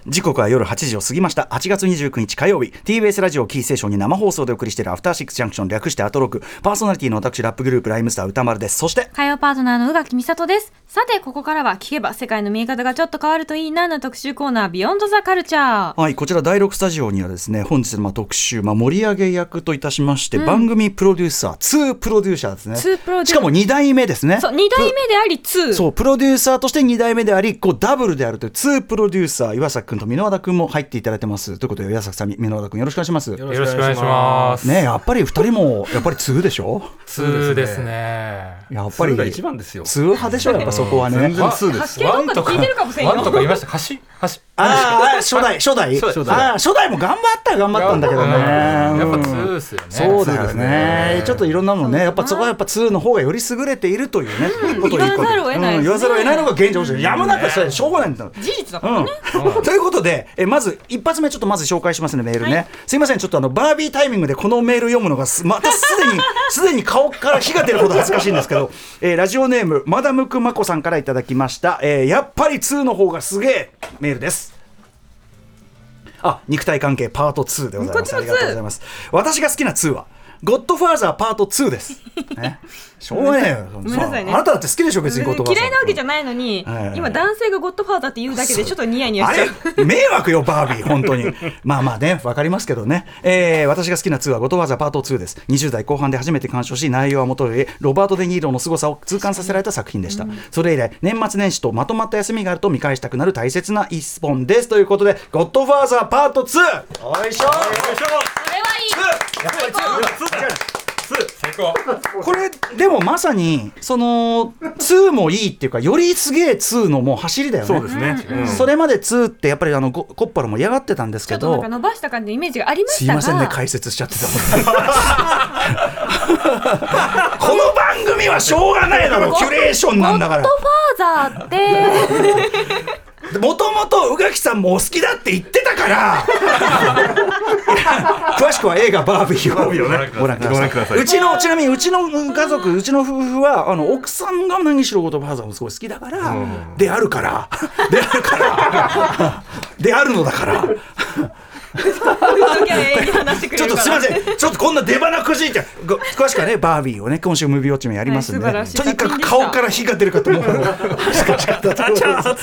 時刻は夜8時を過ぎました。8月29日火曜日、 TBS ラジオキーステーションに生放送でお送りしているアフターシックスジャンクション、略してアトロク。パーソナリティの私ラップグループライムスター歌丸です。そして火曜パートナーの宇垣美里です。さてここからは聞けば世界の見え方がちょっと変わるといいなの特集コーナー、ビヨンドザカルチャー。 はい、こちら第6スタジオにはですね、本日の特集、盛り上げ役といたしまして、番組プロデューサー2プロデューサーですね。しかも2代目ですね。 そう、2代目であり2。 そう、プロデューサーとして2代目であり、こうダブルであるという2プロデューサー、岩崎君と箕輪田君も入っていただいてます。ということで岩崎さん、箕輪田君よろしくお願いします。 よろしくお願いしますね。やっぱり2人もやっぱり2でしょ。 2ですね。 やっぱり 2が一番ですよ。 2派でしょ、やっぱそこはね。 全然2です。 1とか聞いてるかもしれんよ。 1とか言いました。初代も頑張ったんだけどね。 やっぱ2ですよね。 そうだよね。ちょっといろんなのね、やっぱそこはやっぱ2の方がより優れているというね、ことを言わざるを得ない、言わざるを得ないのが現状ですよ。やむなくそれしょうがないんだ。 事実だからね。 ということで、まず一発目ちょっとまず紹介しますね、メールね。すいません、ちょっとバービータイミングでこのメール読むのがまたすでに顔から火が出るほど恥ずかしいんですけど、ラジオネームマダムクマコさんからいただきました。やっぱり2の方がすげえメールです。肉体関係パート2でございます。ありがとうございます。私が好きな2はゴッドファーザーパート2です、ね、しょうがないよ。 ごめんなさいね。 あなただって好きでしょ別にゴッドファーザー。 嫌いなわけじゃないのに、今男性がゴッドファーザーって言うだけでちょっとニヤニヤしちゃう。 あれ迷惑よバービー本当に。まあね、わかりますけどね。私が好きな2はゴッドファーザーパート2です。20代後半で初めて鑑賞し、内容はもとよりロバート・デ・ニーロの凄さを痛感させられた作品でした、それ以来年末年始とまとまった休みがあると見返したくなる大切な一本です。ということでゴッドファーザーパート2、おいしょ。 それはいい。 やっぱり2 最高。 これでもまさにその2もいいっていうか、よりすげえ2のもう走りだよね。 そうですね、 それまで2ってやっぱりコッパラも嫌がってたんですけど、 ちょっとなんか伸ばした感じのイメージがありましたが、 すいませんね、解説しちゃってたこの番組はしょうがないだろ、キュレーションなんだから。 ゴッドファーザーってもともと宇垣さんもお好きだって言ってたから詳しくは映画バービーをご覧ください。ちなみにうちの家族、うちの夫婦は奥さんが何しろゴッドファーザーもすごい好きだから、であるのだからちょっとすいません、ちょっとこんな出花くじいて、詳しくはねバービーをね今週ムービーウォッチもやりますんで、とにかく顔から火が出るかと思う恥ずかしかったと思います。あちゃー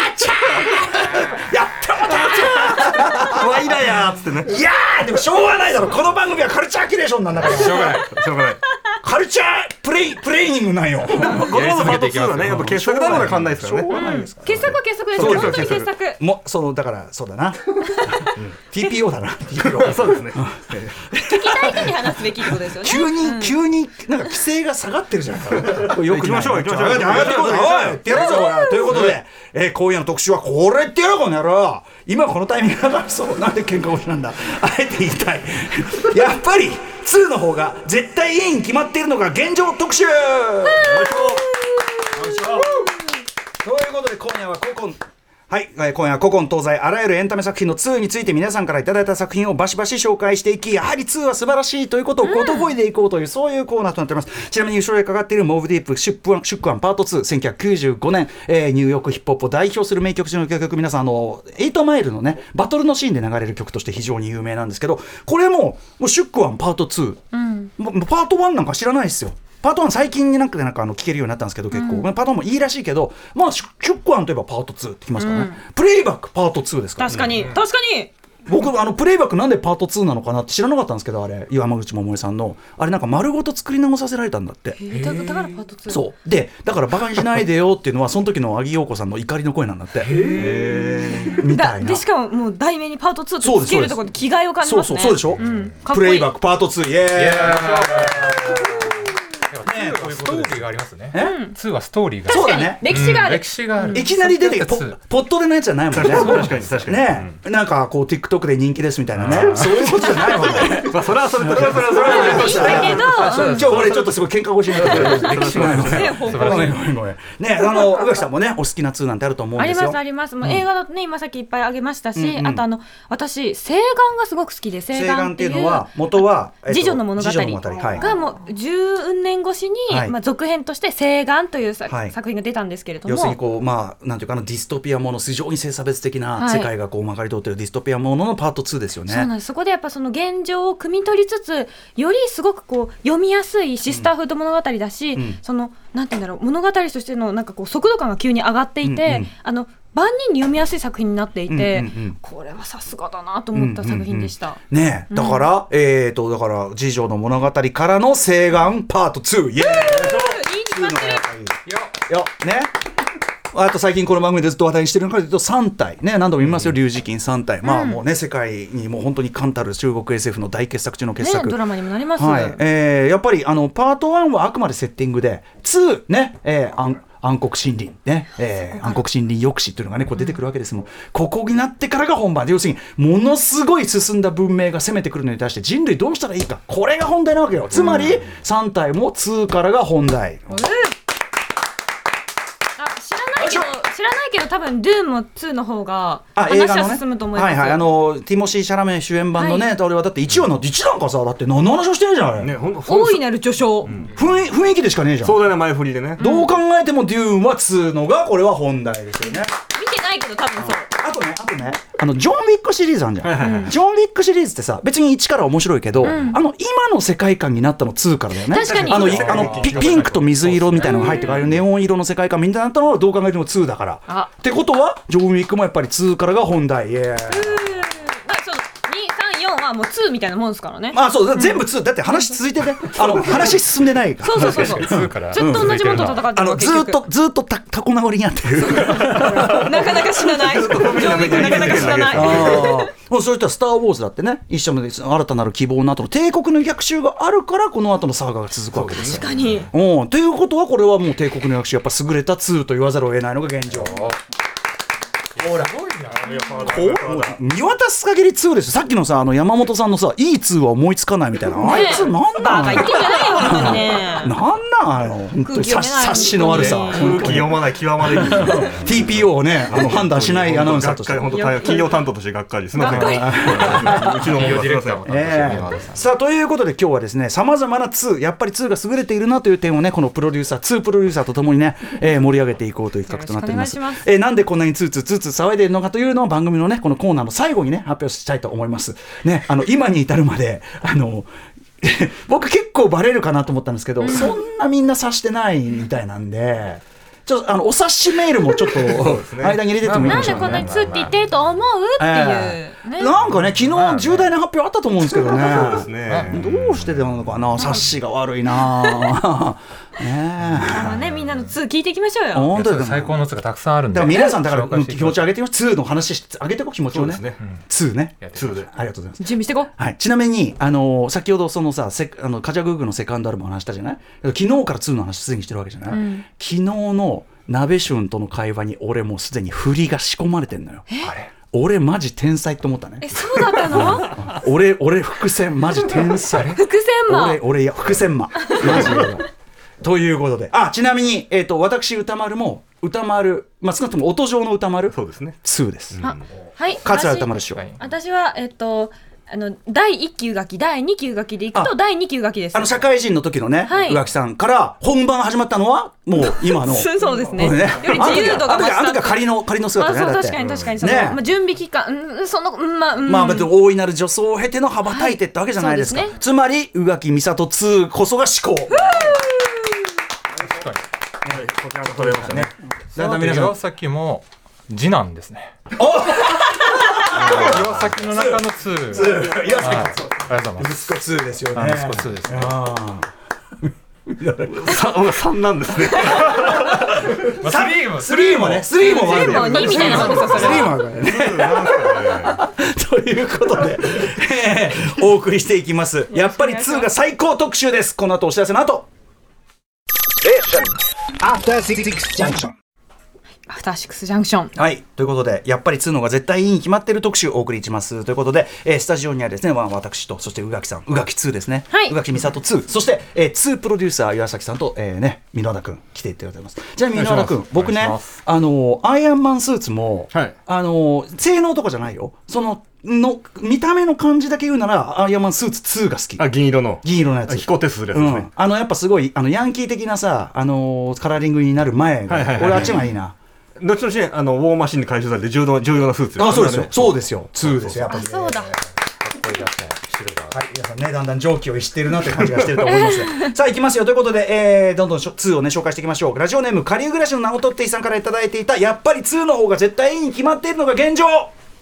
やったーワイラやーっつってね。 いやーでもしょうがないだろ、この番組はカルチャーキュレーションなんだから。 しょうがないカルチャープレイニングなんよ。 ゴッドファーザーパート2はね、やっぱ傑作なのが変わんないですからね。 傑作は傑作ですよ、本当に傑作。 だからそうだなTPO だな。 そうですね。 聞きたい人に話すべきってことですよね。 急になんか規制が下がってるじゃないか。よく行きましょう上がっていこうぜ。おいってやろうぜほら。ということで、今夜の特集はこれってやろうこの野郎。今このタイミングだから、そうなんで喧嘩腰なんだ。あえて言いたい。やっぱり2の方が絶対いいに決まっているのが現状特集。ということで今夜は今夜は古今東西あらゆるエンタメ作品の2について皆さんからいただいた作品をバシバシ紹介していき、やはり2は素晴らしいということをことごいでいこうという、そういうコーナーとなっています。ちなみに後ろへかかっているモーブディープシュックワンパート2、1995年、ニューヨークヒップホップを代表する名曲中の曲、皆さん8マイルのねバトルのシーンで流れる曲として非常に有名なんですけど、これもうシュックワンパート2、パート1なんか知らないですよ。パート1最近になんか聞けるようになったんですけど、結構、パート1もいいらしいけど、シュックワンといえばパート2ってきますからね、プレイバックパート2ですから、ね、 確かに僕プレイバックなんでパート2なのかなって知らなかったんですけど、あれ山口百恵さんのあれなんか丸ごと作り直させられたんだって。 だからパート2。 そうで、だからバカにしないでよっていうのはその時の阿木陽子さんの怒りの声なんだって。みたいな。 でしかももう題名にパート2ってつけるところで気概を感じますね。 そうでしょ、プレイバックパート2、イエーイ。 ストーリーがありますね。2はストーリーが。 そうだね。 歴史がある。 いきなり出てポットでのやつじゃないもんね。 確かにね、なんかこう TikTok で人気ですみたいなね、そういうことじゃないもんね。 それはそれ。 だけど、 今日俺ちょっとすごい喧嘩腰になってる。歴史がないのね。ごめん。ね、宇垣さんもねお好きな2なんてあると思うんですよ。 あります。もう映画だとね今さっきいっぱいあげましたし、あと私青眼がすごく好きで、青眼っていうのは元は次女の物語がもう10年越しにはい続編として聖眼というはい作品が出たんですけれども、 要するにこう、なんていうかな、ディストピアもの、非常に性差別的なはい世界がこうまかり通っているディストピアもののパート2ですよね。 そうなんです。そこでやっぱその現状を汲み取りつつ、よりすごくこう読みやすいシスターフード物語だし、そのなんていうんだろう、物語としてのなんかこう速度感が急に上がっていて、万人に読みやすい作品になっていて、これはさすがだなと思った作品でした。 ねえ、だから、だから次女の物語からの聖眼パート2、イエーイ。 いいに決まってる。 よね。あと最近この番組でずっと話題にしてる中で言うと3体ね、何度も言いますよ、龍磁金3体、もうね、世界にもう本当に冠たる中国 SF の大傑作中の傑作、 ドラマにもなります。 はい、やっぱりパート1はあくまでセッティングで、2ね、暗黒森林ね、暗黒森林抑止というのがねこう出てくるわけですもん。ここになってからが本番で、要するにものすごい進んだ文明が攻めてくるのに対して人類どうしたらいいか、これが本題なわけよ。つまり3体も2からが本題。 知らないけど多分ドゥーンも2の方が映画のね、 話は進むと思いますよ。 はいはい、ティモシー・シャラメン主演版のね、俺はだって1話の1なんかさ、だって何の話をしてるじゃん、 ね、ほんと大いなる序章、 雰囲気でしかねえじゃん。 壮大な前振りでね。 どう考えてもデューンは2のがこれは本題ですよね。 見てないけど多分そう。 あとねジョン・ウィックシリーズあるじゃん、ジョン・ウィックシリーズってさ、別に1から面白いけど、今の世界観になったの2からだよね。 確かにピンクと水色みたいなのが入ってくる、ネオン色の世界観みたいになったのはどう考えても2だからってことは、ジョン・ウィックもやっぱり2からが本題。イエーイ。 2、3、4はもう2みたいなもんですからね。 そう全部2だって。話続いてね、話進んでないから。 そうずっと同じものと戦ってるわ。 ずっとタコ殴りになってるなかなか死なない。なかなか死なない。 そういったスター・ウォーズだってね、一社の新たなる希望の後の帝国の逆襲があるから、この後のサーガが続くわけですよ。 確かに。 ということは、これはもう帝国の逆襲、やっぱ優れた2と言わざるを得ないのが現状。ほら、見渡す限り2ですよ。さっきのさ、山本さんのさ、いい2は思いつかないみたいな、あいつなんだバカ言ってんじゃないよ本当にね。 本当に察しの悪さ、 空気読まない極まで TPO をね判断しないアナウンサーとして企業担当としてがっかり。すみません、うちの企業ディレクターさあ、ということで今日はですね、さまざまな2、やっぱり2が優れているなという点をね、このプロデューサー2プロデューサーとともにね、盛り上げていこうという企画となっております。なんでこんなにツーツー騒いでいるのかというのを番組のねこのコーナーの最後にね発表したいと思いますね。今に至るまで僕結構バレるかなと思ったんですけど、そんなみんな察してないみたいなんで、ちょっとお察しメールもちょっと間に入れててもいいでしょうかね。 なんでこんなに2って言ってると思うっていうね。なんかね、昨日重大な発表あったと思うんですけどね。 そうですね。 どうしてなのかな、察しが悪いな。 みんなの2聞いていきましょうよ。 本当に最高の2がたくさんあるんで、 皆さんだから気持ち上げてみます。2の話上げてこう、気持ちをね。2ね。 2でありがとうございます。 準備してこう。 はい。ちなみに先ほどそのさ、カジャグーグのセカンドアルバムの話したじゃない。昨日から2の話すでにしてるわけじゃない。昨日の鍋旬との会話に俺もうすでに振りが仕込まれてんのよ。俺マジ天才と思ったね。 そうだったの？ 俺伏線マジ天才。 伏線魔。 俺伏線魔。マジで。ということで、ちなみに私歌丸も少なくとも音上の歌丸、 そうですね。 2です。 はい。 桂歌丸師匠。 私は第1級書き第2級書きでいくと第2級書きです。 社会人の時のね、宇垣さんから本番始まったのはもう今のそうですね。より自由度が増した。 あの時は仮の姿ね。 確かにその準備期間大いなる助走を経ての羽ばたいてったわけじゃないですか。つまり宇垣美里2こそが思考。 こちらも取れましたね。 岩崎も次男ですね。岩崎の中の2。 岩崎ありがとうございます。 息子2ですよね。 息子2ですね。 3なんですね。 3もね。3も 2みたいなもんですよ、それは。ということでお送りしていきます。やっぱり2が最高特集です。この後お知らせの後。 アフターシックスジャンクション。 はい、ということでやっぱり2の方が絶対いいに決まってる特集をお送りしますということで、スタジオにはですね、私とそして宇垣さん、宇垣2ですね、宇垣美里2、そして、2プロデューサー岩崎さんと、箕輪田君来ていただいてます。じゃあ箕輪田君、僕ね、アイアンマンスーツも、はい、性能とかじゃないよ、その見た目の感じだけ言うならアイアンマンスーツ2が好き。 銀色のやつ、 飛行テストするやつですね。 やっぱすごいヤンキー的なさ、カラーリングになる前が、俺あっちがいいな。 後々ね、ウォーマシンに回収されて重要なスーツ。 あ、そうですよ、そうですよ、2ですよ、やっぱり。 そうだ。 はい、皆さんね、だんだん常軌を逸しているなという感じがしていると思いますね。さあ、いきますよということで、どんどん2をね紹介していきましょう。ラジオネーム、下流暮らしの名を取っていさんからいただいていた、やっぱり2の方が絶対いいに決まっているのが現状。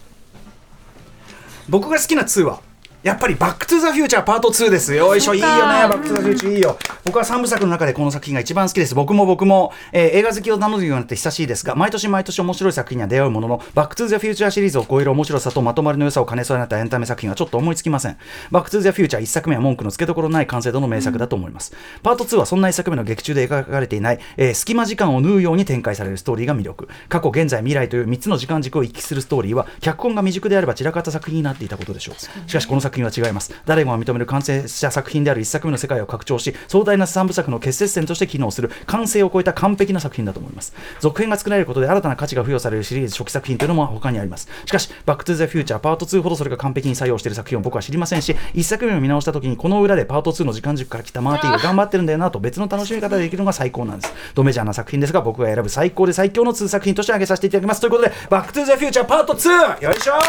僕が好きな2はやっぱりバックトゥザフューチャーパート2です。よいしょ、いいよね、バックトゥザフューチャーいいよ。僕は3部作の中でこの作品が一番好きです。僕も、映画好きを名乗るようになって久しいですが、毎年面白い作品には出会うものの、バックトゥザフューチャーシリーズを超える面白さとまとまりの良さを兼ね備えたエンタメ作品はちょっと思いつきません。バックトゥザフューチャー1作目は文句のつけどころない完成度の名作だと思います。パート2はそんな1作目の劇中で描かれていない、隙間時間を縫うように展開されるストーリーが魅力。過去、現在、未来という3つの時間軸を行き来するストーリーは脚本が未熟であれば散らかった作品になっていたことでしょう。しかしこの作品は違います。誰もが認める完成した作品である1作目の世界を拡張し、壮大な3部作の結節点として機能する完成を超えた完璧な作品だと思います。続編が作られることで新たな価値が付与されるシリーズ初期作品というのも他にあります。しかしバックトゥザフューチャーパート2ほどそれが完璧に作用している作品を僕は知りませんし、1作目を見直した時にこの裏でパート2の時間軸から来たマーティが頑張ってるんだよなと別の楽しみ方ができるのが最高なんです。ドメジャーな作品ですが僕が選ぶ最高で最強の2作品として挙げさせていただきます。ということでバックトゥザフューチャーパート2、よいしょ。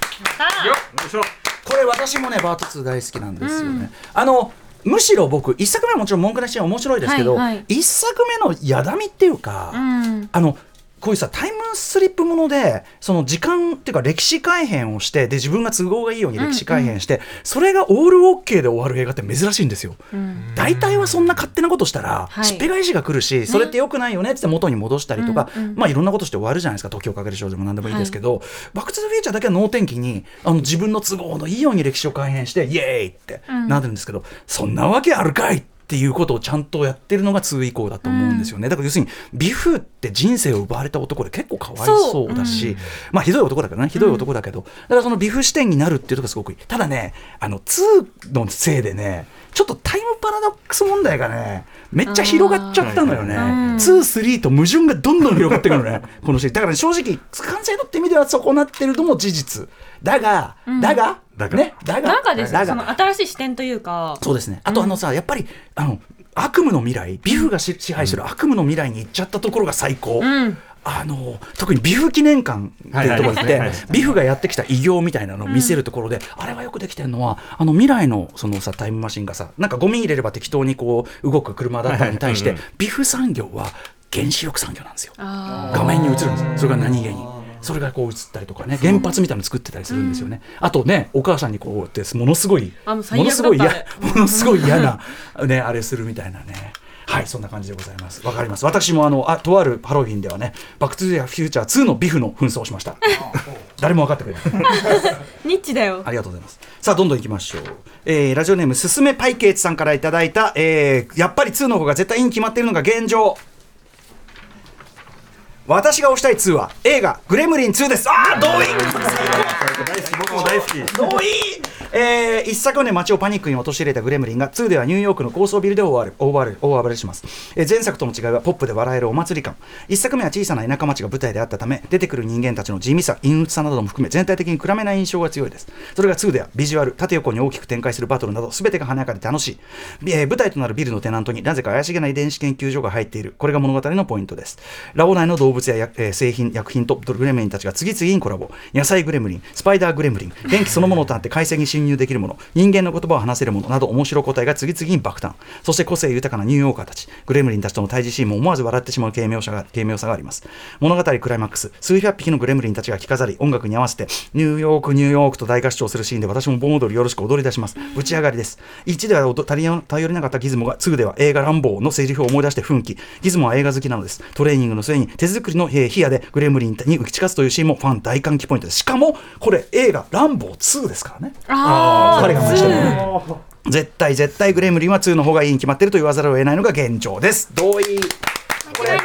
これ私もねパート2大好きなんですよね。むしろ僕1作目はもちろん文句なしに面白いですけど、1作目のやだみっていうか、こういうさタイムスリップものでその時間っていうか歴史改変をしてで自分が都合がいいように歴史改変して、それがオールオッケーで終わる映画って珍しいんですよ。大体はそんな勝手なことしたら、しっぺ返しが来るし、それって良くないよねって元に戻したりとか、いろんなことして終わるじゃないですか。時をかける少女も何でもいいですけど、バックトゥザフューチャーだけは能天気に自分の都合のいいように歴史を改変してイエーイってなるんですけど、そんなわけあるかいっていうことをちゃんとやってるのが2以降だと思うんですよね。だから要するにビフって人生を奪われた男で結構かわいそうだし、ひどい男だからね、ひどい男だけど、だからそのビフ視点になるっていうのがすごくいい。ただね、2のせいでね、ちょっとタイムパラドックス問題がねめっちゃ広がっちゃったのよね。2、3と矛盾がどんどん広がってくるのねこのシーンだから、正直完成度って意味では損なってるのも事実だが、なんかですね、その新しい視点というか、 そうですね。あとやっぱり悪夢の未来、ビフが支配する悪夢の未来に行っちゃったところが最高。特にビフ記念館っていうところでビフがやってきた偉業みたいなのを見せるところで、あれがよくできてるのは未来のそのさタイムマシンがさ、なんかゴミ入れれば適当にこう動く車だったのに対して、ビフ産業は原子力産業なんですよ。画面に映るんですよ。それが何気にそれがこう映ったりとかね、原発みたいなの作ってたりするんですよね。あとね、お母さんにこうってものすごい嫌なねあれするみたいなね。はい、そんな感じでございます。わかります。私もとあるハロウィンではね、バックトゥザフューチャー2のビフの紛争をしました。誰も分かってくれないニッチだよ。 ありがとうございます。さあどんどんいきましょう。ラジオネームすすめパイケーツさんからいただいた、やっぱり2の方が絶対いいに決まっているのが現状。私が推したい2は映画グレムリン2です。同意。 僕も大好き。 同意。一作目街をパニックに陥れたグレムリンが2ではニューヨークの高層ビルで大暴れします。前作との違いはポップで笑えるお祭り感。一作目は小さな田舎町が舞台であったため、出てくる人間たちの地味さ、陰鬱さなども含め全体的に暗めな印象が強いです。それが2ではビジュアル、縦横に大きく展開するバトルなど全てが華やかで楽しい。舞台となるビルのテナントになぜか怪しげな遺伝子研究所が入っている。これが物語のポイントです。ラボ内の動物や製品、薬品とグレムリンたちが次々にコラボ。野菜グレムリン、スパイダーグレムリン、電気そのものとなって回線に侵入できるもの、人間の言葉を話せるものなど面白い個体が次々に爆誕。そして個性豊かなニューヨーカーたち、グレムリンたちとの対峙シーンも思わず笑ってしまう軽妙さがあります。物語クライマックス、数百匹のグレムリンたちが着飾り、音楽に合わせてニューヨークと大合唱するシーンで私も盆踊りよろしく踊り出します。ぶち上がりです。1では頼りなかったギズモが2では映画ランボーのセリフを思い出して奮起。ギズモは映画好きなのです。トレーニングの末に手作りの火矢でグレムリンに打ち勝つというシーンもファン大歓喜ポイントです。しかもこれ映画ランボー2ですからね。彼が話してるね。絶対グレムリンは2の方がいいに決まっていると言わざるを得ないのが現状です。同意。 間違いない。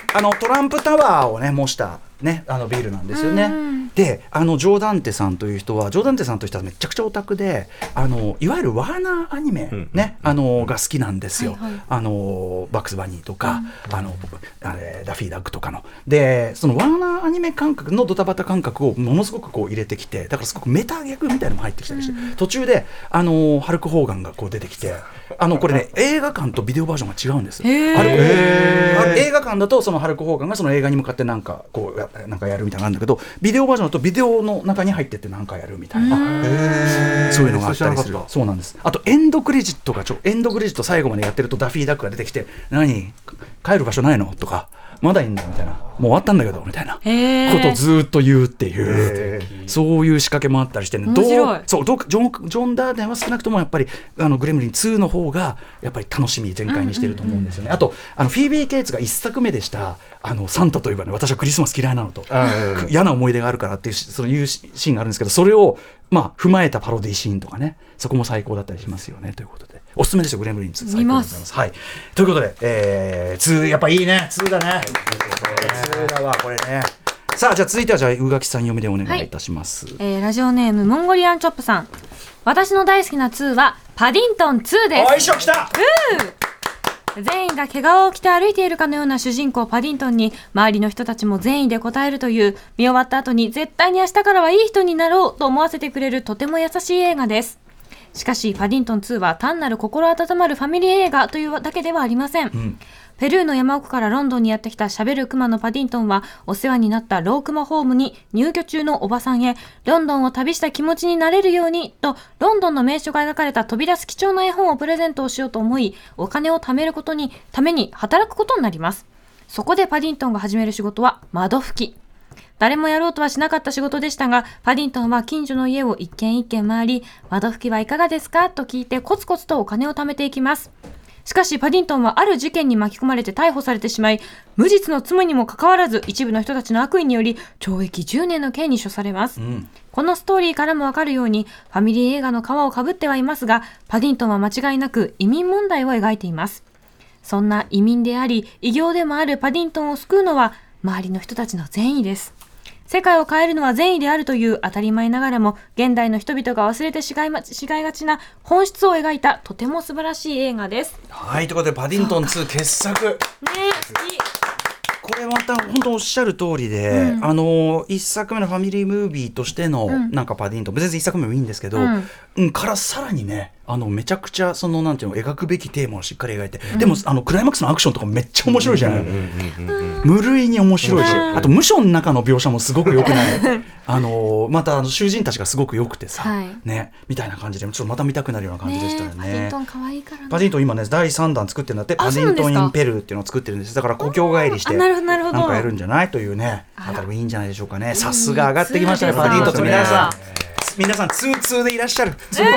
トランプタワーをね模したねビルなんですよね。でジョーダンテさんという人はめちゃくちゃオタクでいわゆるワーナーアニメね、が好きなんですよ。バックスバニーとか、ダフィーダッグとかのでそのワーナーアニメ感覚のドタバタ感覚をものすごくこう入れてきて、だからすごくメタ逆みたいなのも入ってきたりして、途中でハルク・ホーガンがこう出てきてこれね映画館とビデオバージョンが違うんです。映画館だとそのハルク・ホーガンがその映画に向かってなんかこうなんかやるみたいなのがあるんだけど、ビデオバージョンだとビデオの中に入ってってなんかやるみたいな、そういうのがあったりする。そうなんです。あとエンドクレジット最後までやってるとダフィーダックが出てきて、何帰る場所ないのとか、まだいいんだみたいな、もう終わったんだけどみたいなことをずっと言うっていう、そういう仕掛けもあったりしてね。ジョン・ダーデンは少なくともやっぱりグレムリン2の方がやっぱり楽しみ全開にしてると思うんですよね。あとフィービー・ケイツが1作目でしたサンタといえばね、私はクリスマス嫌いなのと嫌な思い出があるからっていうそういうシーンがあるんですけど、それを踏まえたパロディシーンとかね、そこも最高だったりしますよねということでおすすめですよ、グレムリン2。 見ます。 はい、ということで、2やっぱいいね、2だね、2だわこれね。さあじゃあ続いては宇垣さん読みでお願いいたします。 ラジオネームモンゴリアンチョップさん、私の大好きな2はパディントン2です。 おいしょ来た。 善意が毛皮を着て歩いているかのような主人公パディントンに周りの人たちも善意で応えるという、見終わった後に絶対に明日からはいい人になろうと思わせてくれるとても優しい映画です。しかしパディントン2は単なる心温まるファミリー映画というだけではありません。ペルーの山奥からロンドンにやってきた喋るクマのパディントンは、お世話になったロークマホームに入居中のおばさんへロンドンを旅した気持ちになれるようにと、ロンドンの名所が描かれた飛び出す貴重な絵本をプレゼントをしようと思い、お金を貯めるために働くことになります。そこでパディントンが始める仕事は窓拭き。誰もやろうとはしなかった仕事でしたが、パディントンは近所の家を一軒一軒回り、窓拭きはいかがですかと聞いてコツコツとお金を貯めていきます。しかしパディントンはある事件に巻き込まれて逮捕されてしまい、無実の罪にもかかわらず一部の人たちの悪意により懲役10年の刑に処されます。このストーリーからもわかるように、ファミリー映画の皮をかぶってはいますが、パディントンは間違いなく移民問題を描いています。そんな移民であり異形でもあるパディントンを救うのは周りの人たちの善意です。世界を変えるのは善意であるという当たり前ながらも、現代の人々が忘れてしまいがちな本質を描いたとても素晴らしい映画です。 はい、ということでパディントン2傑作ね、好き。これまた本当おっしゃる通りで、1作目のファミリームービーとしてのなんかパディントン、別に1作目もいいんですけど、からさらにねめちゃくちゃそのなんていうの描くべきテーマをしっかり描いて、でもクライマックスのアクションとかめっちゃ面白いじゃない、無類に面白いし、あと無所の中の描写もすごく良くないまた囚人たちがすごく良くてさ、ね、みたいな感じでちょっとまた見たくなるような感じでしたよね。 パディントン可愛いからね。 パディントン今ね第3弾作ってるんだって。パディントン・イン・ペルーっていうのを作ってるんです。だから故郷帰りしてなんかやるんじゃないというね、あたりもいいんじゃないでしょうかね。さすが上がってきましたね、パディントンと皆さんツーツーでいらっしゃる。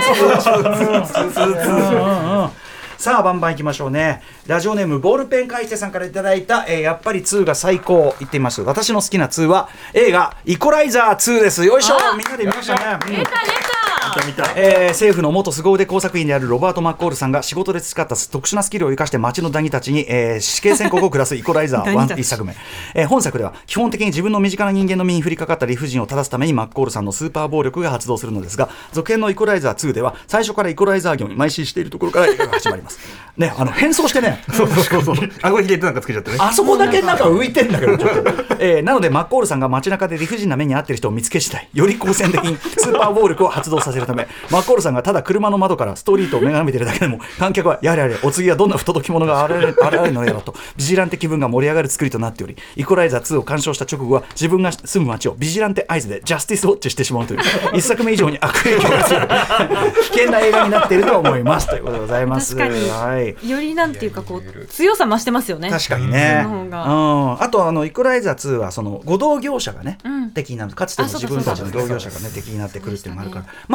さあバンバンいきましょうね。ラジオネームボールペン返してさんからいただいた、やっぱり2が最高言ってみます。私の好きな2は映画イコライザー2です。よいしょ、みんなで見ましたね。 出た政府の元凄腕工作員であるロバート・マッコールさんが仕事で培った特殊なスキルを生かして街のダニたちに、死刑宣告を下すイコライザー1作目。本作では基本的に自分の身近な人間の身に降りかかった理不尽を正すためにマッコールさんのスーパー暴力が発動するのですが、続編のイコライザー2では最初からイコライザー業に邁進しているところから映画が始まりますね。変装してね、 顎ひげってなんかつけちゃってね、 あそこだけなんか浮いてんだけどちょっと、なのでマッコールさんが街中で理不尽な目に遭っている人を見つけ次第より好戦的にスーパー暴力を発動させるため、マッコールさんがただ車の窓からストリートを眺めているだけでも観客はやれやれお次はどんな不届き者が現れるのやろとビジランテ気分が盛り上がる作りとなっており、イコライザー2を鑑賞した直後は自分が住む街をビジランテ合図でジャスティスウォッチしてしまうという一作目以上に悪影響が強い危険な映画になっていると思いますということでございます。 確かに、 はい、 よりなんていうかこう強さ増してますよね。 確かにね、あとイコライザー2はその護道業者がね、敵になる、かつての自分たちの同業者がね敵になってくるっていうのがあるから、ま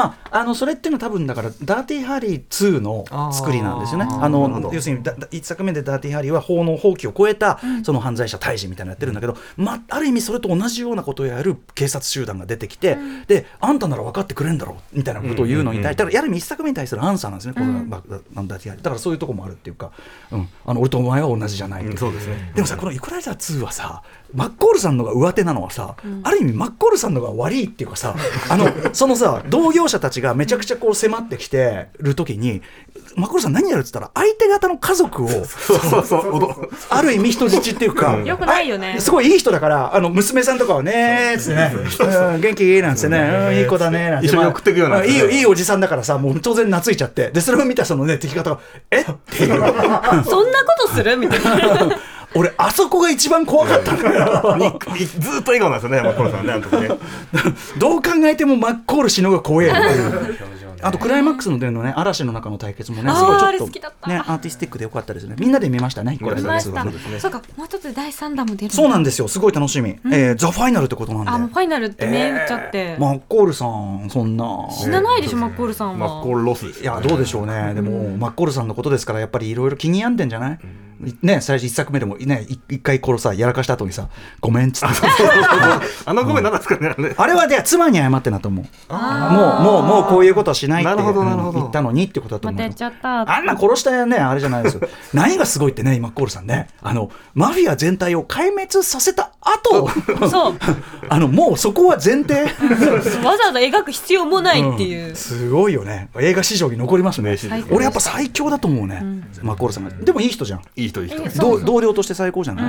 それっていうのは多分だからダーティーハリー2の作りなんですよね。要するに1作目でダーティーハリーは法の法規を超えたその犯罪者退治みたいなのやってるんだけど、ある意味それと同じようなことをやる警察集団が出てきて、であんたなら分かってくれんだろうみたいなことを言うのに対して、やる意味1作目に対するアンサーなんですね、このダーティーハリーだからそういうとこもあるっていうか、俺とお前は同じじゃない、 そうですね。 でもさ、このイコライザー2はさ、マッコールさんのが上手なのはさ、ある意味マッコールさんのが悪いっていうかさ、そのさ同業者たちがめちゃくちゃこう迫ってきてる時に、マッコールさん何やるって言ったら相手方の家族をある意味人質っていうか、 よくないよね。 すごいいい人だから、娘さんとかはねーっつってね、元気なんつってね、いい子だねなんて一緒に送っていくような、 いいおじさんだからさ、もう当然懐いちゃって、でそれを見たそのね敵方がえっていうそんなことするみたいな。 俺あそこが一番怖かったのよずっと笑顔なんですよね、マッコールさんね、あの時ね。 どう考えてもマッコール氏のが怖えっていうあとクライマックスののね、嵐の中の対決もね、すごいちょっとねアーティスティックでよかったですね。みんなで見ましたね、これ。 見ました。そうか、もう一つ第3弾も出る。 そうなんですよ、すごい楽しみ。ザ・ファイナルってことなんで。 もうファイナルって銘打っちゃって。 マッコールさんそんな死なないでしょ、マッコールさんは。 マッコールロスです。 いやどうでしょうね。でもマッコールさんのことですから、やっぱりいろいろ気に病んでんじゃない？ね、最初1作目でもね、一回これさやらかした後にさごめんっつってごめんなんですかね、 あれはで妻に謝ってなと思う。もうこういうことはしないって言ったのにってことだと思う。 またやっちゃった。 あんな殺したねあれじゃないですよ。何がすごいってね、マッコールさんね、マフィア全体を壊滅させた後そうもうそこは前提わざわざ描く必要もないっていう、 すごいよね。映画史上に残りますね。俺やっぱ最強だと思うね、マッコールさんが。でもいい人じゃん。 いい人同僚として最高じゃない、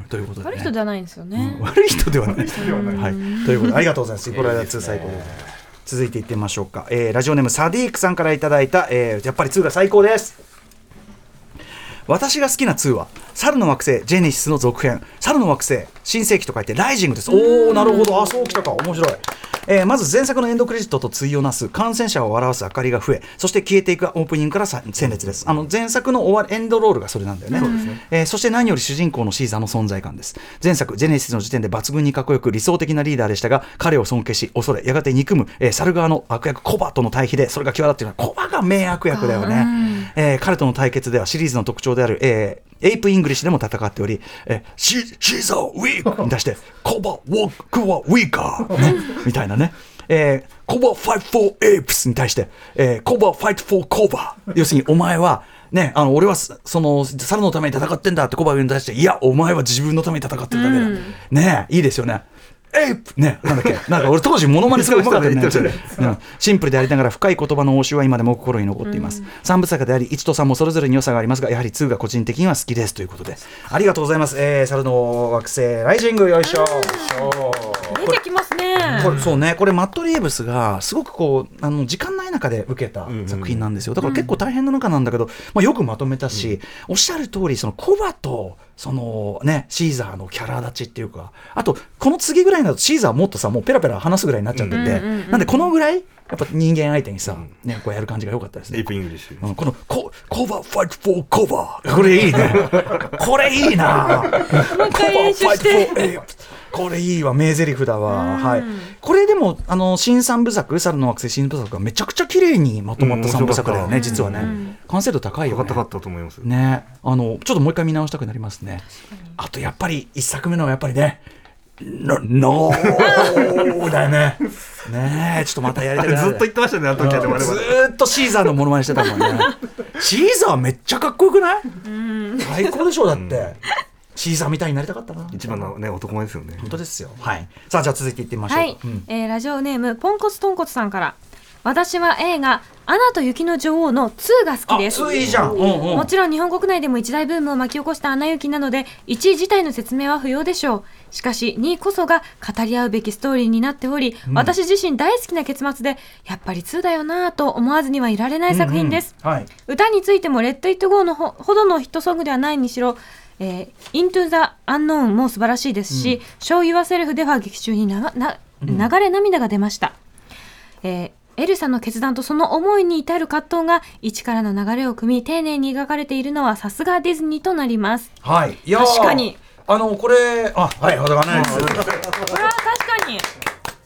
ということで、 悪い人ではないんですよね。 悪い人ではない。はい、ということでありがとうございます。イコライザー2最高です。続いていってみましょうか。ラジオネームサディークさんからいただいた、やっぱり2が最高です。私が好きな2は猿の惑星ジェネシスの続編、猿の惑星新世紀と書いてライジングです。おお、なるほど。そうきたか、面白い。まず前作のエンドクレジットと対をなす感染者を笑わす明かりが増え、そして消えていくオープニングから戦列です。前作のエンドロールがそれなんだよね。そして何より主人公のシーザーの存在感です。前作ジェネシスの時点で抜群にかっこよく理想的なリーダーでしたが、彼を尊敬し恐れやがて憎む、猿側の悪役コバとの対比でそれが際立っているのはコバが名悪役だよね。彼との対決ではシリーズの特徴である、エイプイングリッシュでも戦っており、シーザーウィークに出してコバウォークはウィーカー、ね、みたいなね。コバファイトフォーエイプスに対して、コバファイトフォーコバ、要するにお前はね、俺はその猿のために戦ってんだってコバに対して、いやお前は自分のために戦ってるだけだ、ね、いいですよね。エイプね、なんだっけ、なんか俺当時モノマネすごいうまかったよね。シンプルでありながら深い言葉の応酬は今でも心に残っています。3部作であり1と3もそれぞれに良さがありますが、やはり2が個人的には好きですということで、ありがとうございます。猿の惑星ライジング、よいしょ。 出てきますね。 そうね、これマット・リーブスがすごくこう時間ない中で受けた作品なんですよ。だから結構大変な中なんだけど、よくまとめたし、おっしゃる通りそのコバとそのねシーザーのキャラ立ちっていうか、あとこの次ぐらいになるとシーザーもっとさもうペラペラ話すぐらいになっちゃってて、なんでこのぐらいやっぱ人間相手にさ、ね、こうやる感じが良かったですね。 エイプイングリッシュ、 このコバファイトフォーコバ、これいいねこれいいなもう一回練習してこれいいわ、名台詞だわ。はい、これでも新3部作猿の惑星新部作がめちゃくちゃ綺麗にまとまった3部作だよね、実はね。完成度高いよね。 高かったと思いますね。ちょっともう一回見直したくなりますね。あとやっぱり1作目のはやっぱりねノーだよね。ねえ、ちょっとまたやりたくなる。 ずっと言ってましたね、あの時は。 ずっとシーザーのモノマネしてたもんね。シーザーめっちゃかっこよくない？最高でしょ。だってシーザーみたいになりたかったな。 一番のね男前ですよね。 本当ですよ。はい。さあじゃあ続いていってみましょう。 はい。ラジオネームポンコツトンコツさんから。私は映画アナと雪の女王の2が好きです。 2いいじゃん。 もちろん日本国内でも一大ブームを巻き起こしたアナ雪なので1位自体の説明は不要でしょう。しかし2位こそが語り合うべきストーリーになっており、私自身大好きな結末でやっぱり2だよなと思わずにはいられない作品です。歌についてもレッド・イット・ゴーのほどのヒットソングではないにしろ、Into the Unknown も素晴らしいですし、Show Yourself では劇中に流れ涙が出ました。エルサの決断とその思いに至る葛藤が一からの流れを組み丁寧に描かれているのはさすがディズニーとなります。 はい。いや確かにこれはい、わからないです。 これは確かに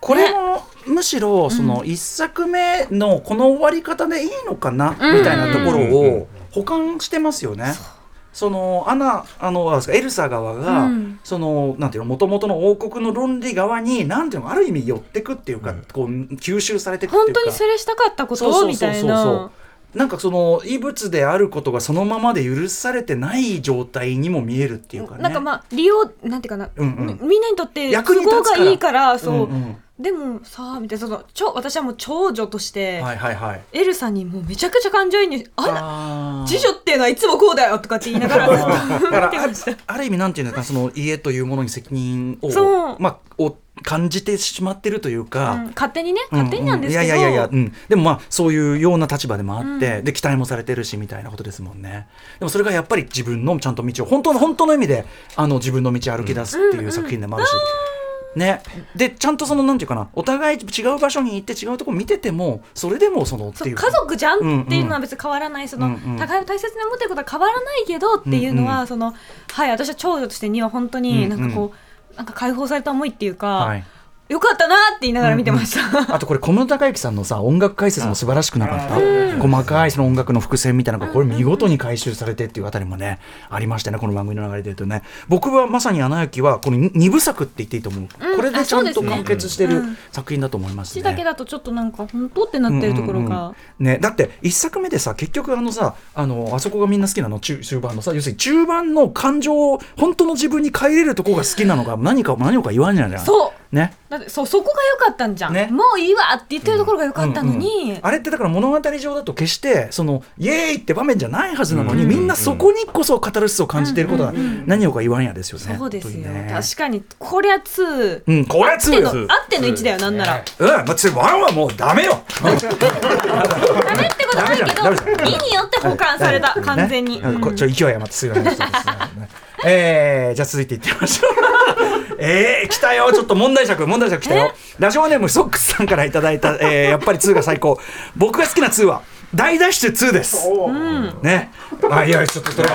これもむしろその1作目のこの終わり方でいいのかな、みたいなところを補完してますよね。そのエルサ側が、そのなんていうの元々の王国の論理側になんていうのある意味寄ってくっていうか、こう吸収されてくっていうか、 本当にそれしたかったことみたいな。 なんかその異物であることがそのままで許されてない状態にも見えるっていうかね。 なんかまあ利用なんていうかな、みんなにとって都合がいいからそう。でもさあみたいな私はもう長女として、エルサにもうめちゃくちゃ感情移入次女っていうのはいつもこうだよとかって言いながらずっと見てました。 ある意味なんていうのかその家というものに責任を感じてしまってるというか、 勝手になんですけど、 でもまあそういうような立場でもあって、で期待もされてるしみたいなことですもんね。でもそれがやっぱり自分のちゃんと道を本当の意味で自分の道を歩き出すっていう作品でもあるし。ね、でちゃんとそのなんていうかなお互い違う場所に行って違うところ見ててもそれでもそのっていう家族じゃんっていうのは別に変わらない、その互いを大切に思ってることは変わらないけどっていうのは、その私は長女としてには本当になんかこう、なんか解放された思いっていうか、よかったなって言いながら見てました、 あとこれ小室孝之さんのさ音楽解説も素晴らしくなかった、細かいその音楽の伏線みたいなのがこれ見事に回収されてっていうあたりもねありましたね、この番組の流れで言うとね。僕はまさにアナ雪はこの2部作って言っていいと思う、これでちゃんと完結してる作品だと思いますね。 1だけだとちょっとなんか本当ってなってるところが、 ね、だって1作目でさ結局あそこがみんな好きなの終盤のさ要するに中盤の感情を本当の自分に変えれるところが好きなのが何か言わんじゃないそうね、 だってそこが良かったんじゃん、ね、もういいわって言ってるところが良かったのに、 あれってだから物語上だと決してそのイエーイって場面じゃないはずなのに、みんなそこにこそカタルシスを感じていることは何をか言わんやですよね。 そうですよ、確かにこりゃ2、 こりゃ2 あっての1だよ、なんなら 1はもうダメよダメってことないけど2によって補完された、完全に、 勢い余ってすいませんじゃあ続いていってみましょう来たよ、ちょっと問題作来たよ。ラジオネームソックスさんからいただいた、やっぱり2が最高。僕が好きな2は大脱出2です、ね。いやちょっとそれ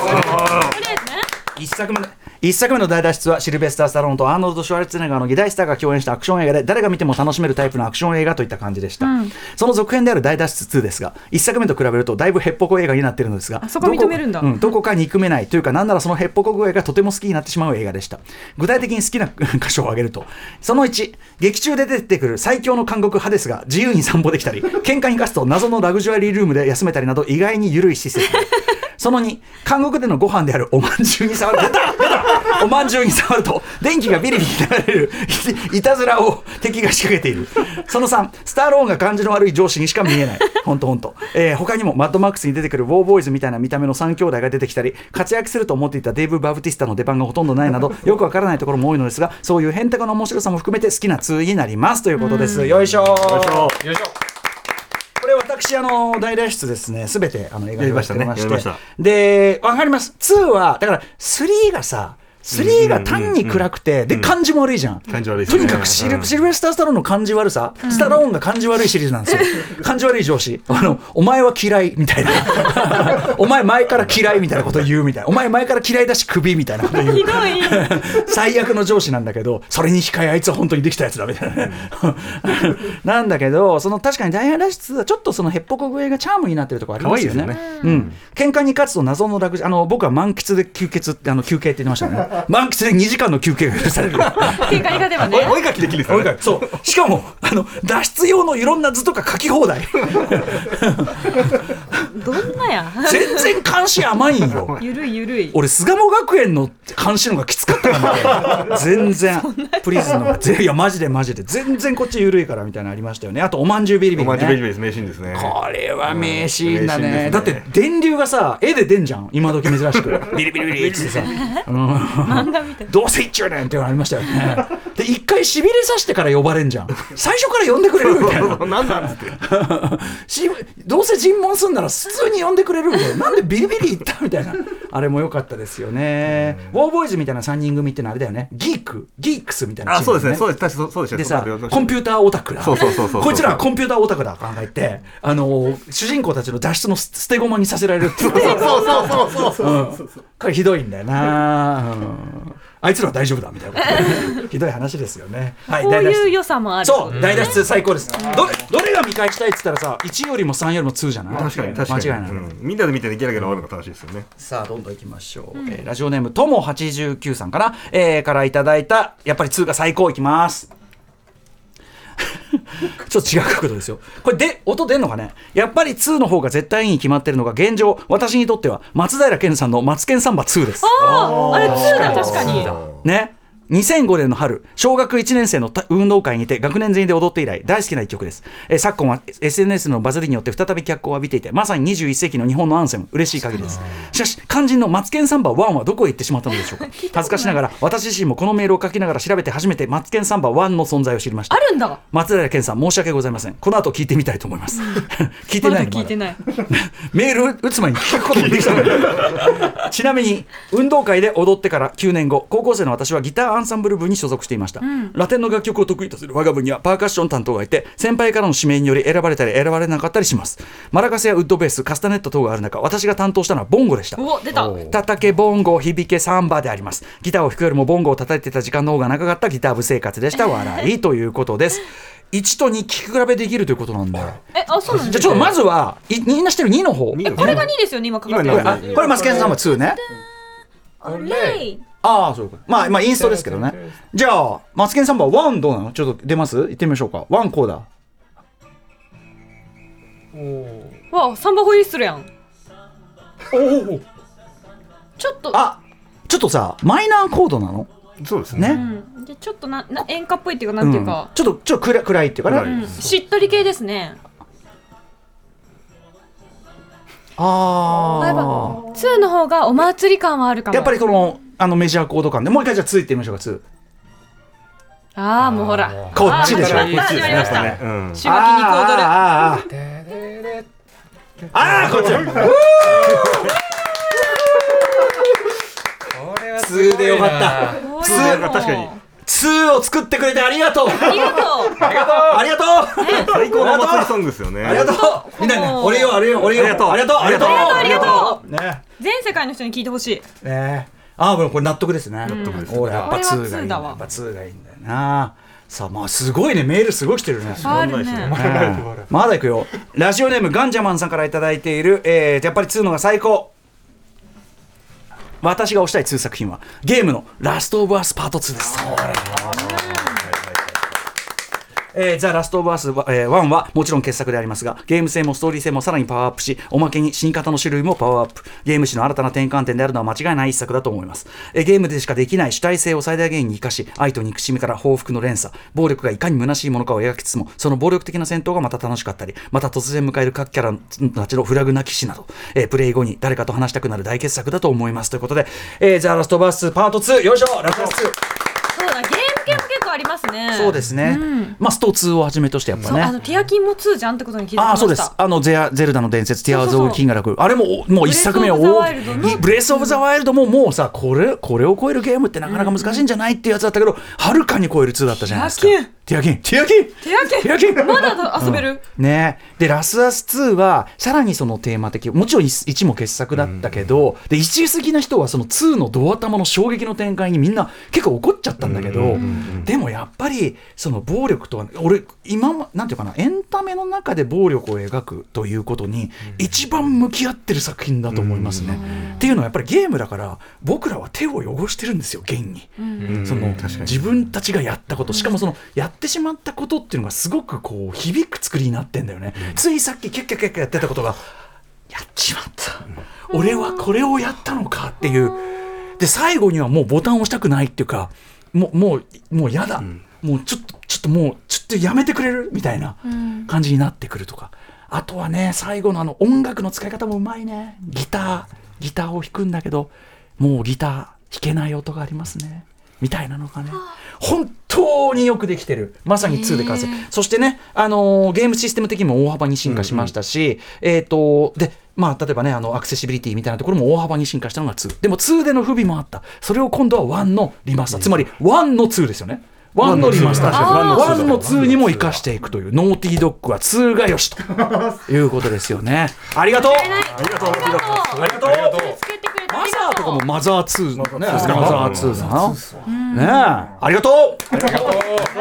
1作目の大脱出はシルベスター・スタローンとアーノルド・シュワルツェネッガーの2大スターが共演したアクション映画で、誰が見ても楽しめるタイプのアクション映画といった感じでした、その続編である大脱出2ですが1作目と比べるとだいぶヘッポコ映画になっているのですが、 そこ認めるんだ、 どこか憎めないというか、なんならそのヘッポコ具合がとても好きになってしまう映画でした。具体的に好きな箇所を挙げると、その1、劇中で出てくる最強の監獄ハデスが自由に散歩できたり喧嘩に勝つと謎のラグジュアリールームで休めたりなど意外に緩い施設その2、監獄でのご飯であるおまんじゅうに触るおまんじゅうに触ると電気がビリビリ流れるいたずらを敵が仕掛けている。その3、スターローンが感じの悪い上司にしか見えない。本当他にもマッドマックスに出てくるウォーボーイズみたいな見た目の3兄弟が出てきたり、活躍すると思っていたデーブ・バプティスタの出番がほとんどないなどよくわからないところも多いのですが、そういうヘンテコな面白さも含めて好きな2になりますということです。よいしょよいしょ。これ私大脱出ですね、すべて映画でやってまして、でわかります。2はだから3がさ3が単に暗くて、で感じも悪いじゃん。 感じ悪いですね。 とにかくシルベスター・スタローンの感じ悪さ、スタローンが感じ悪いシリーズなんですよ。感じ悪い上司、お前は嫌いみたいなお前前から嫌いみたいなこと言うみたいな、お前前から嫌いだしクビみたいなこと言うひどい最悪の上司なんだけど、それに控えあいつは本当にできたやつだみたいななんだけど、その確かにダイヤ脱出はちょっとそのヘッポコ具合がチャームになってるところありますよね。可愛いですよね。喧嘩に勝つと謎のラグジュ、僕は満喫で休憩って言ってましたね満喫で2時間の休憩が許される喧嘩に勝てばね、 追いかけできるんですかね。 そうしかも脱出用のいろんな図とか書き放題どんなや全然監視甘いんよ。 ゆるい俺巣鴨学園の監視のがきつかったから全然プリズンのがいやマジで全然こっちゆるいからみたいなのありましたよね。あとおまんじゅうビリビリね、 おまんじゅうビリビリです、名シーンですね。 これは名シーンだね。だって電流がさ絵で出んじゃん、今時珍しくビリビリビリってさ漫画みたい。 どうせ一中年っていうのありましたよね。で一回しびれさしてから呼ばれんじゃん、最初から呼んでくれるみたいななんなんってどうせ尋問すんなら普通に呼んでくれるみたいな、なんでビリビリ言ったみたいなあれも良かったですよね。ウォーボーイズみたいな3人組ってのはあれだよね、ギークスみたいなチーム、ね、 そうですね、そうです、確かそうでした。 でさコンピューターオタクだ、 そうこいつらはコンピューターオタクだ考えて主人公たちの脱出の捨て駒にさせられるっていうこれひどいんだよな、 あいつらは大丈夫だみたいなことひどい話ですよね。はい、 こういう良さもある。 そう大脱出最高です。どれが見返したいって言ったらさ、1よりも3よりも2じゃない。 確かに間違いない、みんなで見てギラギラ終わるのが楽しいですよね。さあどんどんいきましょう。ラジオネームとも89さんかな、からいただいたやっぱり2が最高いきます。ちょっと違う角度ですよ。これで音出んのかね。やっぱり2の方が絶対いいに決まってるのが現状、私にとっては松平健さんのマツケンサンバ2です。 あれ2だ。確かにね。2005年の春、小学1年生の運動会にて学年全員で踊って以来大好きな一曲です。昨今は SNS のバズりによって再び脚光を浴びていて、まさに21世紀の日本のアンセム、嬉しい限りです。しかし肝心のマツケンサンバ1はどこへ行ってしまったのでしょうか。恥ずかしながら私自身もこのメールを書きながら調べて初めてマツケンサンバ1の存在を知りました。 あるんだ。 松平健さん申し訳ございません。この後聞いてみたいと思います。聞いてないの。 聞いてない。 メール打つ前に聞くこともできたのにちなみに運動会で踊ってから9年後、高校生の私はギターアンサンブル部に所属していました。ラテンの楽曲を得意とする我が部にはパーカッション担当がいて、先輩からの指名により選ばれたり選ばれなかったりします。マラカスやウッドベース、カスタネット等がある中、私が担当したのはボンゴでした。 お、出た。 叩けボンゴ響けサンバであります。ギターを弾くよりもボンゴを叩いてた時間の方が長かったギター部生活でした。笑いということです。1と2聞き比べできるということなんで、 そうなんです。 じゃあちょっとまずはみんな知ってる2の方。 これが2ですよね、今かかってる。 これマツケンサンバ2ね。そういうこと。まあインストですけどね。じゃあマツケンサンバ1どうなの。ちょっと出ます。行ってみましょうか。1こうだ。 わ、サンバホイッスルやん。ちょっとさマイナーコードなの。 そうですね。 でちょっと演歌っぽいっていうか、なんていうか、 ちょっと暗いっていうかね。 しっとり系ですね。やっぱ2の方がお祭り感はあるかも。 やっぱりこのメジャーコード感でもう一回じゃあ2いってみましょうか。2。 もうほらこっちでしょ。 始まりました。手話き肉踊る。 こっち。2でよかった。2 確かに 2を作ってくれてありがとう。 ありがとう。 最高のお祭りソングですよね。 ありがとう。みんなね、俺よありがとう。 全世界の人に聞いてほしい。 これ納得ですね。俺やっぱ2がいいんだ。やっぱ2がいいんだよな。さあすごいね、メールすごい来てるね。まだいくよ。ラジオネームガンジャマンさんからいただいている、やっぱり2のが最高。私が推したい2作品はゲームのラストオブアスパート2です。ザ・ラストオブアス1はもちろん傑作でありますが、ゲーム性もストーリー性もさらにパワーアップし、おまけに死に方の種類もパワーアップ。ゲーム史の新たな転換点であるのは間違いない一作だと思います。ゲームでしかできない主体性を最大限に生かし、愛と憎しみから報復の連鎖、暴力がいかに虚しいものかを描きつつも、その暴力的な戦闘がまた楽しかったり、また突然迎える各キャラたちのフラグなき死など、プレイ後に誰かと話したくなる大傑作だと思いますということで、ザ・ラストオブアスパート2、よいしょ。ラスト2。 そうだ、ゲーム系も結構ありますね。 そうですね。スト2をはじめとしてやっぱね。 ティアキンも2じゃんってことに気づきました。 そうです。ゼルダの伝説、ティアーズ・オブ・キングダム、あれももう一作目をブレス・オブ・ザ・ワイルドももうさ、これを超えるゲームってなかなか難しいんじゃないっていうやつだったけど、はるかに超える2だったじゃないですか。ティアキンまだ遊べる。 ね。でラスアス2はさらにそのテーマ的、もちろん1も傑作だったけど、で1好きな人はその2のド頭の衝撃の展開にみんな結構怒っちゃったんだけど、でもやっぱりその暴力とは、俺今なんていうかな、エンタメの中で暴力を描くということに一番向き合ってる作品だと思いますね。っていうのはやっぱりゲームだから僕らは手を汚してるんですよ、現に。その自分たちがやったこと、しかもそのやってしまったことっていうのがすごくこう響く作りになってんだよね。ついさっきキャッキャッキャッキャやってたことが、やっちまった、俺はこれをやったのかっていう。で最後にはもうボタンを押したくないっていうか、もうやだ、もうちょっとやめてくれるみたいな感じになってくるとか、あとはね、最後の音楽の使い方もうまいね。ギターを弾くんだけど、もうギター弾けない音がありますねみたいなのがね、本当によくできてる。まさに2で完成。そしてね、ゲームシステム的にも大幅に進化しましたし、で例えばね、アクセシビリティみたいなところも大幅に進化したのが2。でも2での不備もあった。それを今度は1のリマスター、つまり1の2ですよね。1のリマスター、1の2にも生かしていくという、ノーティードッグは2がよしということですよね。ありがとう。 ありがとう。 マザーとかもマザー2ね、マザー2だな。ねえ、ありがとう。 ありがとう。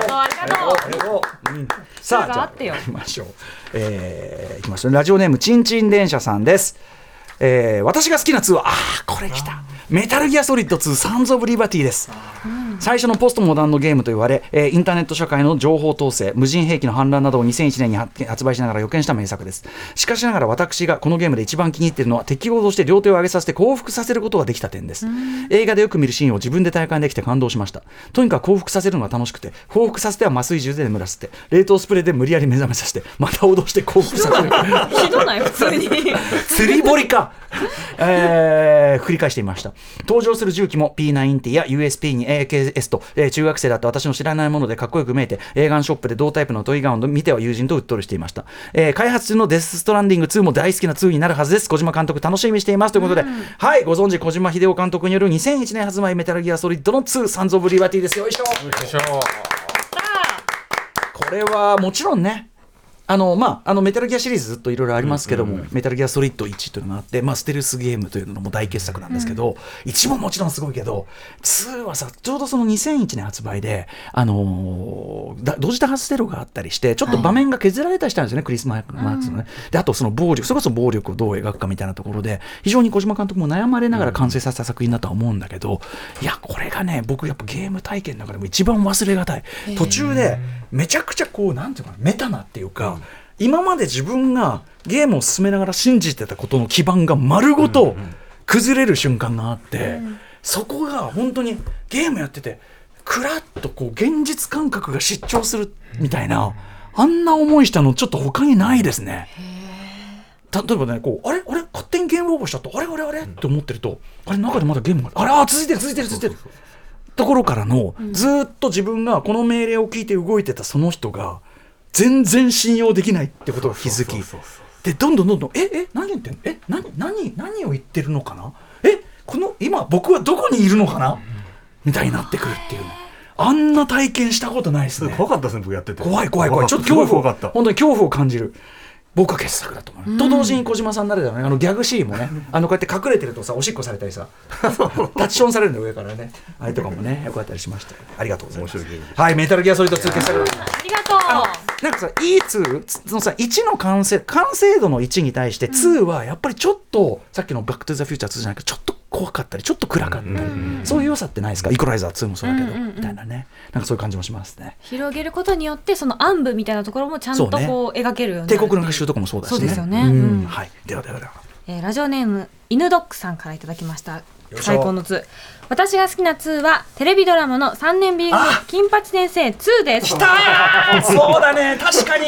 さあ、じゃあ行きましょう。行きましょう。ラジオネームちんちん電車さんです。私が好きな2はこれ来た。メタルギアソリッド2サンズ・オブ・リバティです。最初のポストモダンのゲームと言われ、インターネット社会の情報統制、無人兵器の反乱などを2001年に発売しながら予見した名作です。しかしながら私がこのゲームで一番気に入っているのは、敵を脅して両手を上げさせて降伏させることができた点です。映画でよく見るシーンを自分で体感できて感動しました。とにかく降伏させるのが楽しくて、降伏させては麻酔銃で眠らせて、冷凍スプレーで無理やり目覚めさせて、また脅して降伏させる。 ひどない普通に釣り堀か。繰り返していました。登場する銃器も P90 や USP に AKS と、中学生だった私の知らないものでかっこよく見えて、映画ショップで同タイプのトイガンを見ては友人とうっとりしていました。開発中のデスストランディング2も大好きな2になるはずです。小島監督楽しみにしていますということで、はい、ご存知小島秀夫監督による2001年発売メタルギアソリッドの2サンズ・オブ・リバティです。よいしょ。これはもちろんね、メタルギアシリーズずっといろいろありますけども、メタルギアソリッド1というのがあって、ステルスゲームというのも大傑作なんですけど、1ももちろんすごいけど、2はさ、ちょうどその2001年発売で、同時多発テロがあったりして、ちょっと場面が削られたりしたんですよね、クリスマスのね。で、あとその暴力、それこそ暴力をどう描くかみたいなところで、非常に小島監督も悩まれながら完成させた作品だとは思うんだけど、いや、これがね、僕やっぱゲーム体験の中でも一番忘れがたい。途中で、めちゃくちゃこう、なんていうかな、メタなっていうか、今まで自分がゲームを進めながら信じてたことの基盤が丸ごと崩れる瞬間があって、そこが本当にゲームやっててクラッとこう現実感覚が失調するみたいな、あんな思いしたのちょっと他にないですね。例えばね、こうあれ勝手にゲームオーバーしちゃった、あれって思ってると、あれ中でまだゲームが続いてるところからの、ずっと自分がこの命令を聞いて動いてたその人が全然信用できないってことを気づき、でどんどん何言ってんの、何を言ってるのかな、この今僕はどこにいるのかなみたいになってくるっていうね。あんな体験したことないですね。 怖かったですね、僕やってて。 怖いちょっと恐怖を本当に恐怖を感じる。僕は傑作だと思う。と同時に小島さんならではね、ギャグシーンもね、こうやって隠れてるとさ、おしっこされたりさ、タッチションされるの上からね、あれとかもね、よかったりしました。ありがとうございます。はい、メタルギアソリッド2傑作。 ありがとう。 なんかさ、E2 のさ、1の完成度の1に対して2はやっぱりちょっと、さっきのバックトゥザフューチャー2じゃなくて、ちょっと怖かったり、ちょっと暗かったり、そういう良さってないですか？イコライザー2もそうだけど、みたいなね、なんかそういう感じもしますね。 広げることによって、その暗部みたいなところもちゃんとこう描けるようになる。 帝国の学習とかもそうだしね。 そうですよね。 はい。では。 ラジオネーム犬ドッグさんからいただきました。最高の2。私が好きな2はテレビドラマの3年 B 組金八先生2です。 きたーそうだね、確かに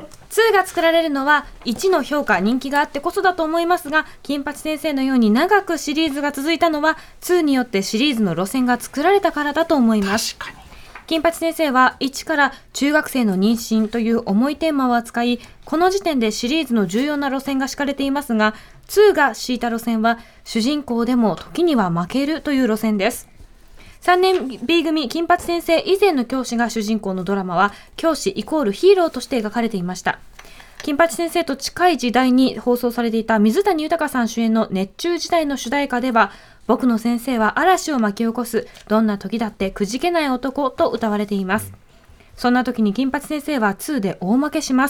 2が作られるのは1の評価人気があってこそだと思いますが、金八先生のように長くシリーズが続いたのは2によってシリーズの路線が作られたからだと思います。 確かに金八先生は1から中学生の妊娠という重いテーマを扱い、この時点でシリーズの重要な路線が敷かれていますが、2が敷いた路線は主人公でも時には負けるという路線です。3年 B 組金八先生以前の教師が主人公のドラマは、教師イコールヒーローとして描かれていました。金八先生と近い時代に放送されていた水谷豊さん主演の熱中時代の主題歌では、僕の先生は嵐を巻き起こす、どんな時だってくじけない男と歌われています。そんな時に金八先生は2で大負けします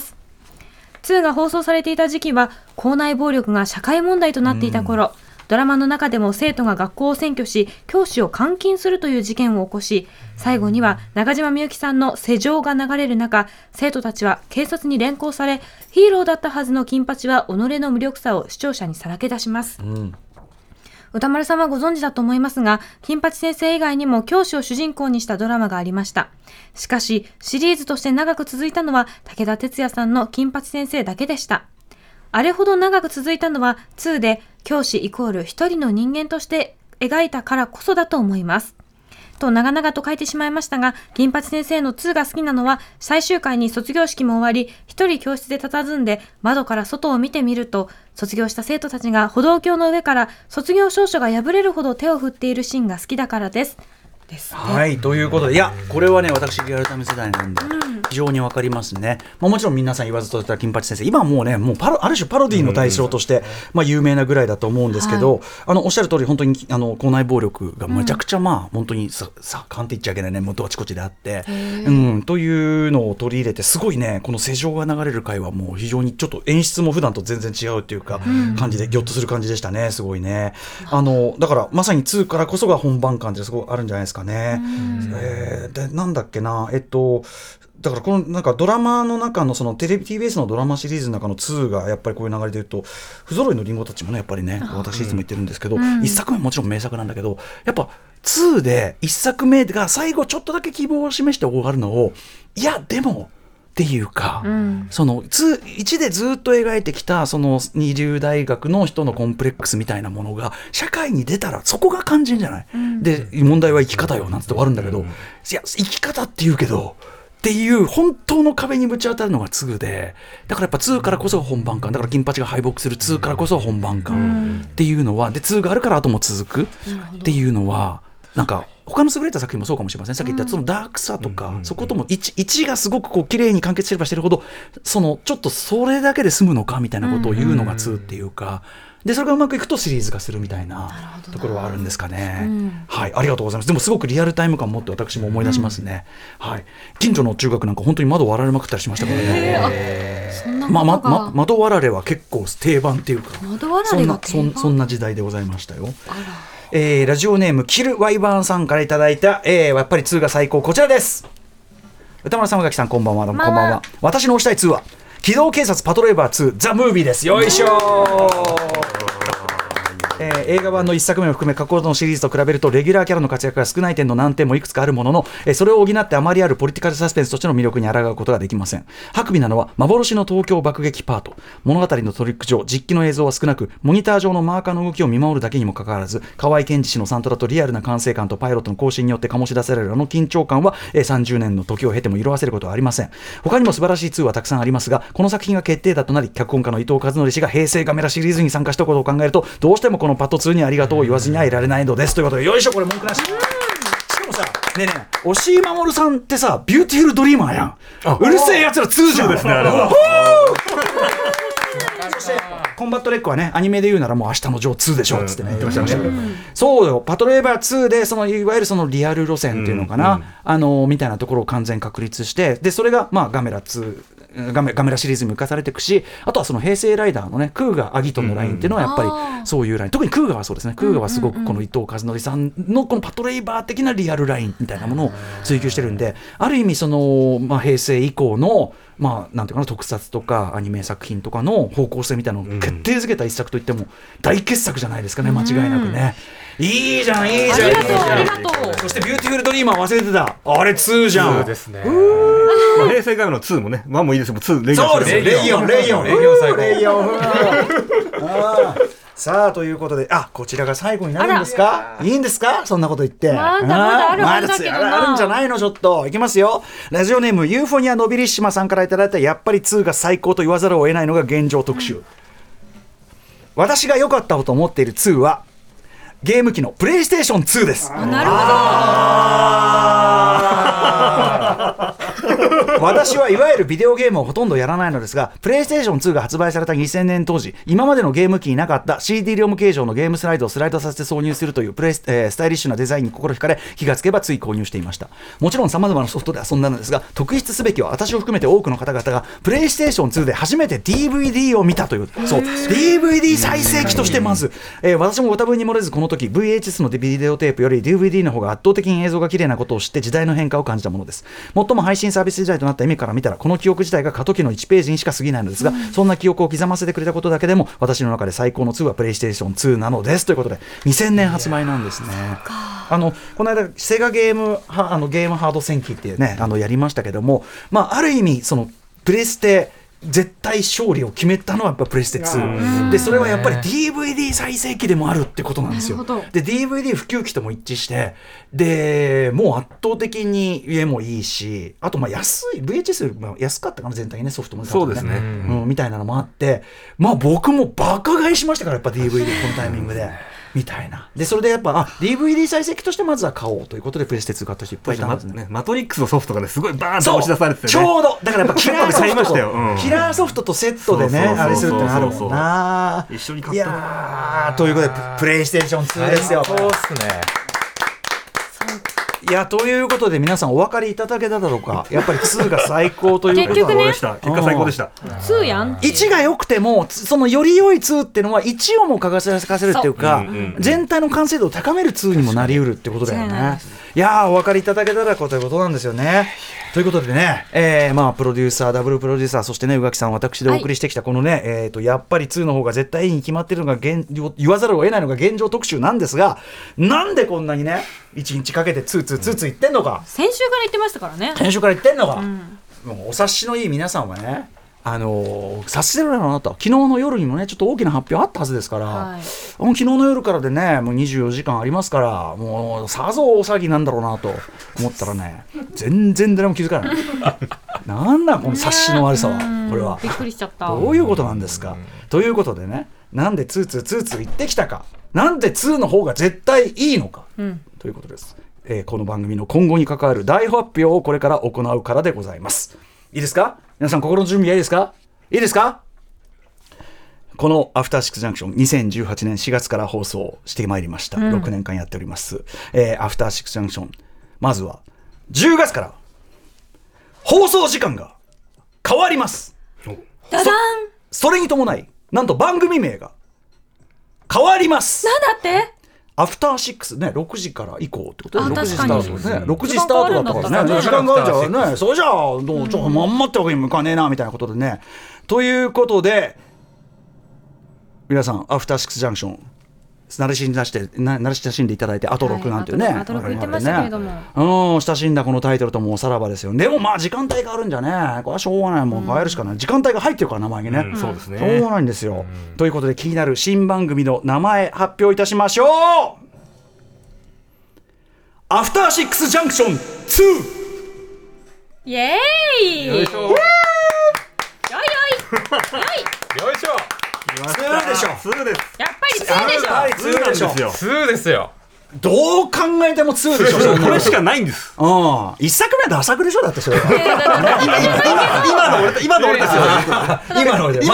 。2が放送されていた時期は校内暴力が社会問題となっていた頃、ドラマの中でも生徒が学校を占拠し教師を監禁するという事件を起こし、最後には中島みゆきさんの世情が流れる中、生徒たちは警察に連行され、ヒーローだったはずの金八は己の無力さを視聴者にさらけ出します。歌丸さんはご存知だと思いますが、金八先生以外にも教師を主人公にしたドラマがありました。しかしシリーズとして長く続いたのは武田鉄矢さんの金八先生だけでした。あれほど長く続いたのは2で教師イコール一人の人間として描いたからこそだと思います。と長々と書いてしまいましたが、金八先生の2が好きなのは、最終回に卒業式も終わり、一人教室で佇んで窓から外を見てみると、卒業した生徒たちが歩道橋の上から卒業証書が破れるほど手を振っているシーンが好きだからです。 ですね。 はいということで、いやこれはね私リアルタイム世代なんで非常にわかりますね。もちろん皆さん言わずと言った金八先生、今はもうねもうある種パロディの対象として、有名なぐらいだと思うんですけど、おっしゃる通り本当に校内暴力がめちゃくちゃ本当にさかんって言っちゃいけないね、もうあちこちであって、というのを取り入れて、すごいねこの世情が流れる回はもう非常にちょっと演出も普段と全然違うっていうか、感じでギョッとする感じでしたね。すごいね。だからまさに2からこそが本番感ってすごいあるんじゃないですかね。でなんだっけなだからこのなんかドラマの中のそのTBS のドラマシリーズの中の2がやっぱりこういう流れで言うと不揃いのリンゴたちもねやっぱりね私いつも言ってるんですけど、1作目もちろん名作なんだけど、やっぱ2で1作目が最後ちょっとだけ希望を示して終わるのを、いやでもっていうか、その1でずっと描いてきたその二流大学の人のコンプレックスみたいなものが社会に出たらそこが肝心じゃない、で問題は生き方よなんて終わるんだけど、いや生き方って言うけどっていう本当の壁にぶち当たるのが2で、だからやっぱ2からこそ本番感だから、金八が敗北する2からこそ本番感っていうのは、で2があるから後も続くっていうのはなんか他の優れた作品もそうかもしれません。さっき言ったそのダークさとか、そことも 1がすごくこう綺麗に完結してればしてるほど、そのちょっとそれだけで済むのかみたいなことを言うのが2っていうか、でそれがうまくいくとシリーズ化するみたいなところはあるんですかね。はい、ありがとうございます。でもすごくリアルタイム感を持って私も思い出しますね。はい、近所の中学なんか本当に窓割られまくったりしましたからね。窓割られは結構定番っていうか、 窓割られが定番、 そんな時代でございましたよ。ラジオネームキルワイバーンさんからいただいた、やっぱり2が最高、こちらです。歌丸さん、宇垣さん、こんばんは。こんばんは。私の推したい2は機動警察パトレーバー2ザ・ムービーです。よいしょ映画版の1作目を含め過去のシリーズと比べるとレギュラーキャラの活躍が少ない点の難点もいくつかあるものの、それを補ってあまりあるポリティカルサスペンスとしての魅力に抗うことができません。ハクビなのは幻の東京爆撃パート。物語のトリック上実機の映像は少なく、モニター上のマーカーの動きを見守るだけにもかかわらず、河合健二氏のサントラとリアルな完成感とパイロットの更新によって醸し出される緊張感は、30年の時を経ても色あせることはありません。他にも素晴らしい2はたくさんありますが、この作品が決定打となり、脚本家の伊藤和則氏が平成ガメラシリーズに参加したことを考えると、どうしてもこのパット2にありがとうを言わずにはいられないのですということで、よいしょ、これ文句なし。しかもさ、ねえねえ、押井守さんってさ、ビューティフルドリーマーやん。うるせえやつら2じゃん。ですね、あれは。そしてコンバットレックはね、アニメで言うならもう明日のジョー2でしょっつってね、言ってましたね。そうよ、パトレーバー2でそのいわゆるそのリアル路線っていうのかな、みたいなところを完全確立して、でそれがガメラシリーズに生かされていくし、あとはその平成ライダーのね、クーガアギトンのラインっていうのはやっぱりそういうライン、特にクーガはそうですね。クーガはすごくこの伊藤和則さんのこのパトレイバー的なリアルラインみたいなものを追求してるんで、ある意味その、平成以降のなんていうかな、特撮とかアニメ作品とかの方向性みたいなのを決定づけた一作といっても大傑作じゃないですかね、間違いなくね。いいじゃん、いいじゃん。 ありがとう。 そしてビューティフルドリーマー忘れてた。あれ2じゃん。 そうですね。 平成ガメの2もね、1もいいですよ。2レギュそうですよ、レイオン最高。 レイオンさあということで、こちらが最後になるんですか。いいんですか、そんなこと言って。 まだあるはずだけどな。 あるんじゃないの。ちょっといきますよ。ラジオネームユーフォニアノビリッシマさんからいただいた、やっぱり2が最高と言わざるを得ないのが現状特集。私が良かったと思っている2はゲーム機のプレイステーション2です。 なるほど。 私はいわゆるビデオゲームをほとんどやらないのですが、プレイステーション2が発売された2000年当時、今までのゲーム機になかった CD 両無形状のゲームスライドをスライドさせて挿入するというスタイリッシュなデザインに心惹かれ、気がつけばつい購入していました。もちろん様々なソフトで遊んだのですが、特筆すべきは私を含めて多くの方々がプレイステーション2で初めて DVD を見たという、そう DVD 再生機としてまず、私もご多分に漏れずこの時 VHS のビデオテープより DVD の方が圧倒的に映像が綺麗なことを知って時代の変化を感じたものです。もっとも配信サービス時代となった意味から見たら、この記憶自体が過渡期の1ページにしか過ぎないのですが、そんな記憶を刻ませてくれたことだけでも私の中で最高の2はプレイステーション2なのですということで、2000年発売なんですね。この間セガゲームゲームハード戦記ってね、やりましたけども、ある意味そのプレステ絶対勝利を決めたのはやっぱプレステ2で、それはやっぱり DVD 再生機でもあるってことなんですよ。で DVD 普及機とも一致して、でもう圧倒的に家もいいし、あと安い VHS 安かったかな、全体にね、ソフトもそうですね、 みたいなのもあって、僕もバカ買いしましたから、やっぱ DVD このタイミングで。 みたいな。でそれでやっぱDVD 再生機としてまずは買おうということでプレステ2買った人いっぱいいたんですね。 マトリックスのソフトがねすごいバーンと押し出されててね、 ちょうどだからやっぱキラーソフトと、キラーソフトとセットでねあれするってのあるもんな。 一緒に買ったな。 いやということでプレイステーション2ですよ。 そうっすね。 いやということで皆さんお分かりいただけただろうか。やっぱり2が最高ということ結局ね結果最高でした。 2やん。 1が良くてもそのより良い2っていうのは1をも輝かせるっていうか、全体の完成度を高める2にもなりうるってことだよね。いやお分かりいただけたらということなんですよね。ということでね、まあプロデューサーダブルプロデューサーそしてね宇垣さん私でお送りしてきたこのね、やっぱり2の方が絶対いいに決まってるのが言わざるを得ないのが現状特集なんですが、なんでこんなにね1日かけて2言ってんのか。 先週から言ってましたからね。 先週から言ってんのか、もうお察しのいい皆さんはね察してるだろうなと。昨日の夜にもねちょっと大きな発表あったはずですから、昨日の夜からでねもう24時間ありますからもうさぞ大騒ぎなんだろうなと思ったらね全然誰も気づかないなんだこの察しの悪さは。これはびっくりしちゃった。 どういうことなんですか。ということでねなんで2言ってきたか、なんで2の方が絶対いいのか、ということです。この番組の今後に関わる大発表をこれから行うからでございます。いいですか皆さん、心の準備はいいですか。いいですか。このアフターシックスジャンクション2018年4月から放送してまいりました、6年間やっております、アフターシックスジャンクション、まずは10月から放送時間が変わります。 ダダン。 それに伴いなんと番組名が変わります。 なんだって。 アフターシックスね、6時から以降ってことで、6時スタートですね。 確かに 6時スタートだったからね、時間があるじゃんね、それじゃあどうちょっとまんまってわけにもいかねえなみたいなことでね。ということで皆さんアフターシックスジャンクション慣れ親しんでいただいて、アトロクなんていうね、 アトロク言ってましたけれども、 親しんだこのタイトルともおさらばですよ。でもまあ時間帯があるんじゃね、これはしょうがない、もう変えるしかない、時間帯が入ってるから名前にね、 そうですね、 しょうがないんですよ、ということで気になる新番組の名前発表いたしましょう。アフターシックスジャンクション2。 イエーイ。 よいしょ。 よいよいしょ。 2でしょ。 2です。やっぱり2でしょ。 2でしょ。 2ですよ。 どう考えても2でしょ。 これしかないんです。 一作目はダサくでしょだってそれは。 今の俺たちよ。 今の俺で。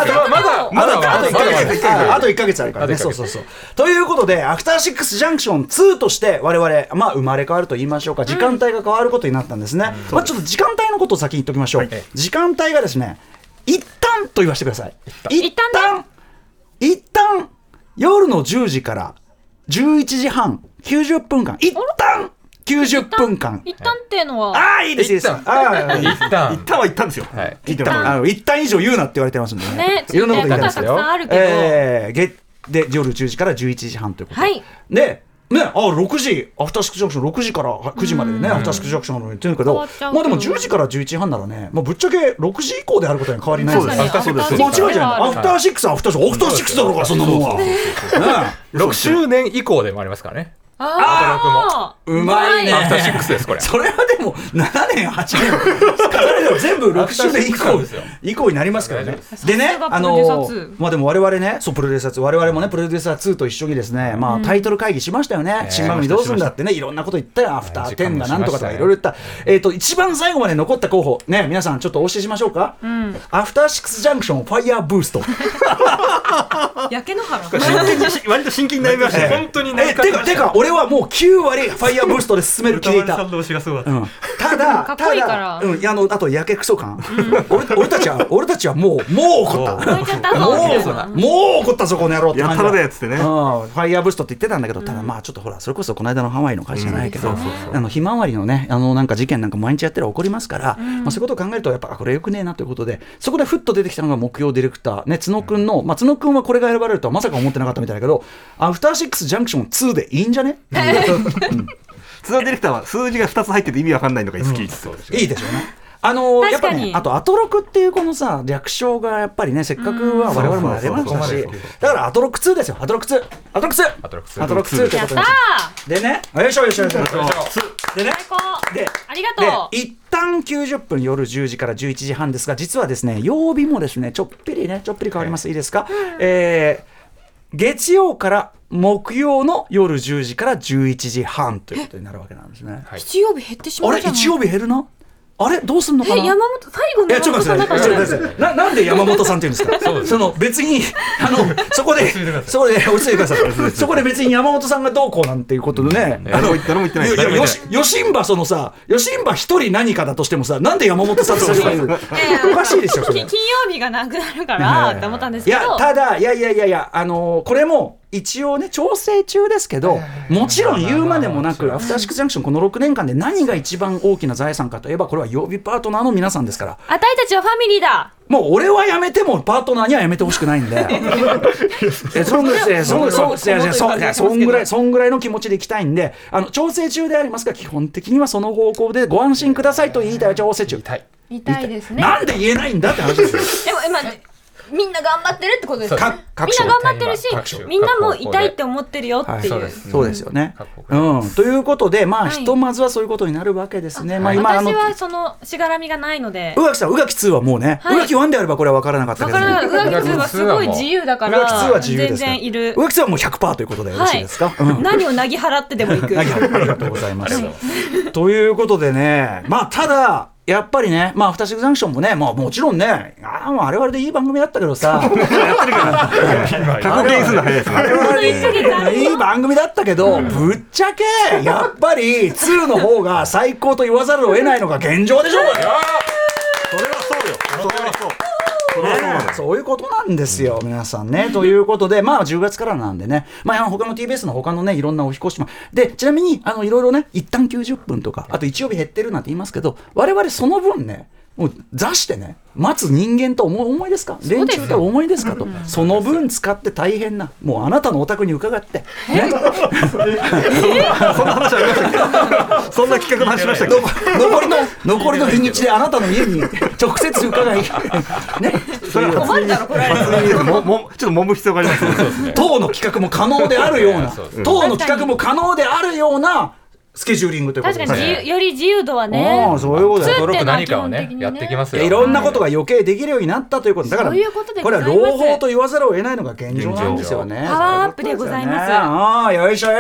あと1ヶ月あるからね。そう。ということでアフターシックスジャンクション2として我々まあ生まれ変わると言いましょうか、時間帯が変わることになったんですね。まあちょっと時間帯のことを先に言っておきましょう。時間帯がですね、一旦と言わせてください。一旦夜の10時から11時半90分間、一旦90分間。 一旦っていうのは、 いいです、いいです。 一旦は一旦ですよ。 一旦以上言うなって言われてますんでね。 いろんなこと言ってますよ。 で夜10時から11時半ということでね、6時アフターシックスジャンクション6時から9時までね、アフターシックスジャンクションの言ってるけど、まあでも10時から11時半ならね、まあぶっちゃけ6時以降であることに変わりないですね。 そうです。 間違いじゃない。アフターシックスだろうがそんなもんは。 6周年以降でもありますからね。 うまいね。 アフターシックスですこれ。 それはでも7年8年全部6周年以降になりますからね。でね、まあでも我々ね、そうプロデューサー2、我々もねプロデューサー2と一緒にですね、まあタイトル会議しましたよね。新番組どうするんだってね、いろんなこと言ったよ。アフター10がなんとかとかいろいろ言った。一番最後まで残った候補ね、皆さんちょっとお教えしましょうか。アフターシックスジャンクションファイヤーブースト。 焼け野原。 割と真剣になりましたね。 本当にね。 てか俺はもう9割ファイヤーブーストで進める気でいた。ただあとやけくそ感。俺たちはもう怒った。もう怒ったぞこの野郎って感じ。 やったらだよっつってね。 ファイヤーブーストって言ってたんだけど、ただまあちょっとほらそれこそこの間のハワイの会じゃないけど、ひまわりのねなんか事件なんか毎日やってるら起こりますから、まあそういうことを考えるとやっぱこれよくねえなということで、そこでふっと出てきたのが木曜ディレクターね、角くんの、まあ角くんはこれが選ばれるとはまさか思ってなかったみたいだけど、アフターシックスジャンクション2でいいんじゃね。 津田ディレクターは数字が2つ入ってて意味わかんないのが好き。いいでしょうね。やっぱね、あとアトロクっていうこのさ略称がやっぱりね、せっかくは我々もやれましたし、だからアトロク2ですよ。アトロク2ということでね、よいしょでね、でありがとう。 一旦90分夜10時から11時半ですが、実はですね曜日もですねちょっぴり変わります。いいですか。月曜から木曜の夜10時から11時半ということになるわけなんですね。 日曜日減ってしまあうじゃない。 れ日曜日減るな。あれどうすんのかな。 山本最後の山本さんだったんじゃないですか。 なんで山本さんって言うんですか。その別にそこで落ち着いてください。そこで別に山本さんがどうこうなんていうことでね。 誰も言ってないです。 吉ンバそのさ、吉ンバ一人何かだとしてもさ、なんで山本さんって最初から言う。おかしいでしょそれ。 金曜日がなくなるからって思ったんですけど。 いやただいやこれも。一応ね調整中ですけど、もちろん言うまでもなくアフターシックスジャンクションこの6年間で何が一番大きな財産かといえば、これは曜日パートナーの皆さんですから。 あたいたちはファミリーだ。 もう俺はやめてもパートナーにはやめてほしくないんでそんぐらいの気持ちでいきたいんで、調整中でありますが基本的にはその方向でご安心くださいと言いたい。調整中痛いですね。 なんで言えないんだって話ですよ。 でも今みんな頑張ってるってことですよね。みんな頑張ってるし、みんなも痛いって思ってるよっていう。 そうですよね。ということでひとまずはそういうことになるわけですね。 私はそのしがらみがないので。 宇垣さん、宇垣2はもうね、宇垣1であればこれは分からなかったけど、宇垣 2はすごい自由だから全然いる。 宇垣2はもう 100% ということでよろしいですか。何をなぎ払ってでもいく。 ありがとうございます。ということでね、ただやっぱりね、アフターシックスジャンクションもね、もちろんね、あれはあれでいい番組だったけどさ、やってるから過去形にするの早いですね。 あれはいい番組だったけど、ぶっちゃけやっぱり2の方が最高と言わざるを得ないのが現状でしょうよ。 それはそうよ。それはそう。 そういうことなんですよ、皆さんね。ということで、10月からなんでね、他の TBS の他のね、いろんなお引越しもで、ちなみにいろいろね、一旦90分とか、あと1曜日減ってるなんて言いますけど、我々その分ね、もう座してね、待つ人間と思いですか、連中と思いですかと、その分使って大変な、もうあなたのお宅に伺って、ね、 そんな話ありましたっけ。そんな企画の話しましたっけ。 残りの日にちであなたの家に直接伺い、ね、 それは困ったらこれちょっと揉む必要がありますね。 党の企画も可能であるような、党の企画も可能であるようなスケジューリングということですね。 確かにより自由度はね。 そういうことだ。 驚く何かをねやってきますよ。 いろんなことが余計できるようになったということだから、これは朗報と言わざるを得ないのが現状なんですよね。 パワーアップでございます。 よいしょ。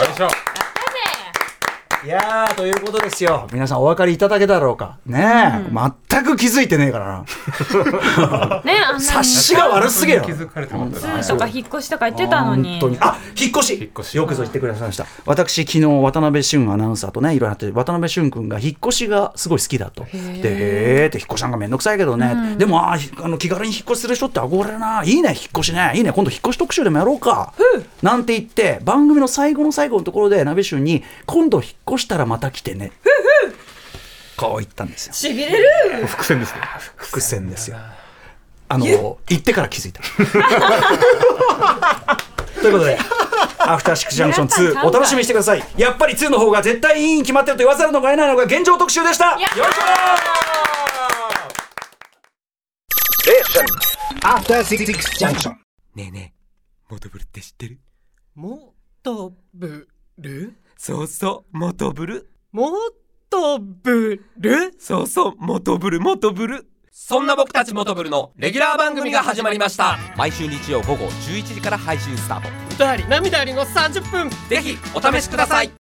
いやということですよ。皆さんお分かりいただけただろうかね。全く気づいてねえからな。察しが悪すぎよ。 とか引っ越しとか言ってたのに。 本当に引っ越しよくぞ言ってくださいました。私昨日渡辺俊アナウンサーとねいろいろあって、渡辺俊君が引っ越しがすごい好きだと。で引っ越しなんかめんどくさいけどね、でも気軽に引っ越しする人って憧れるな、いいね引っ越しね、いいね今度引っ越し特集でもやろうかなんて言って、番組の最後のところで鍋俊に今度引っ越したらまた来てねこう言ったんですよ。 しびれる。 伏線ですね。 伏線ですよ。言ってから気づいたということでアフターシックスジャンクション2お楽しみにしてください。やっぱり2の方が絶対いいに決まってると言わざるのが得ないのが現状特集でした。よいしょアフターシックスジャンクション。 ねえねえ、モトブルって知ってる？ モトブル？ そうそう、モトブル。 モトブル？ そうそう、モトブル。そんな僕たちモトブルのレギュラー番組が始まりました。毎週日曜午後11時から配信スタート。 歌あり涙ありの30分。 ぜひお試しください。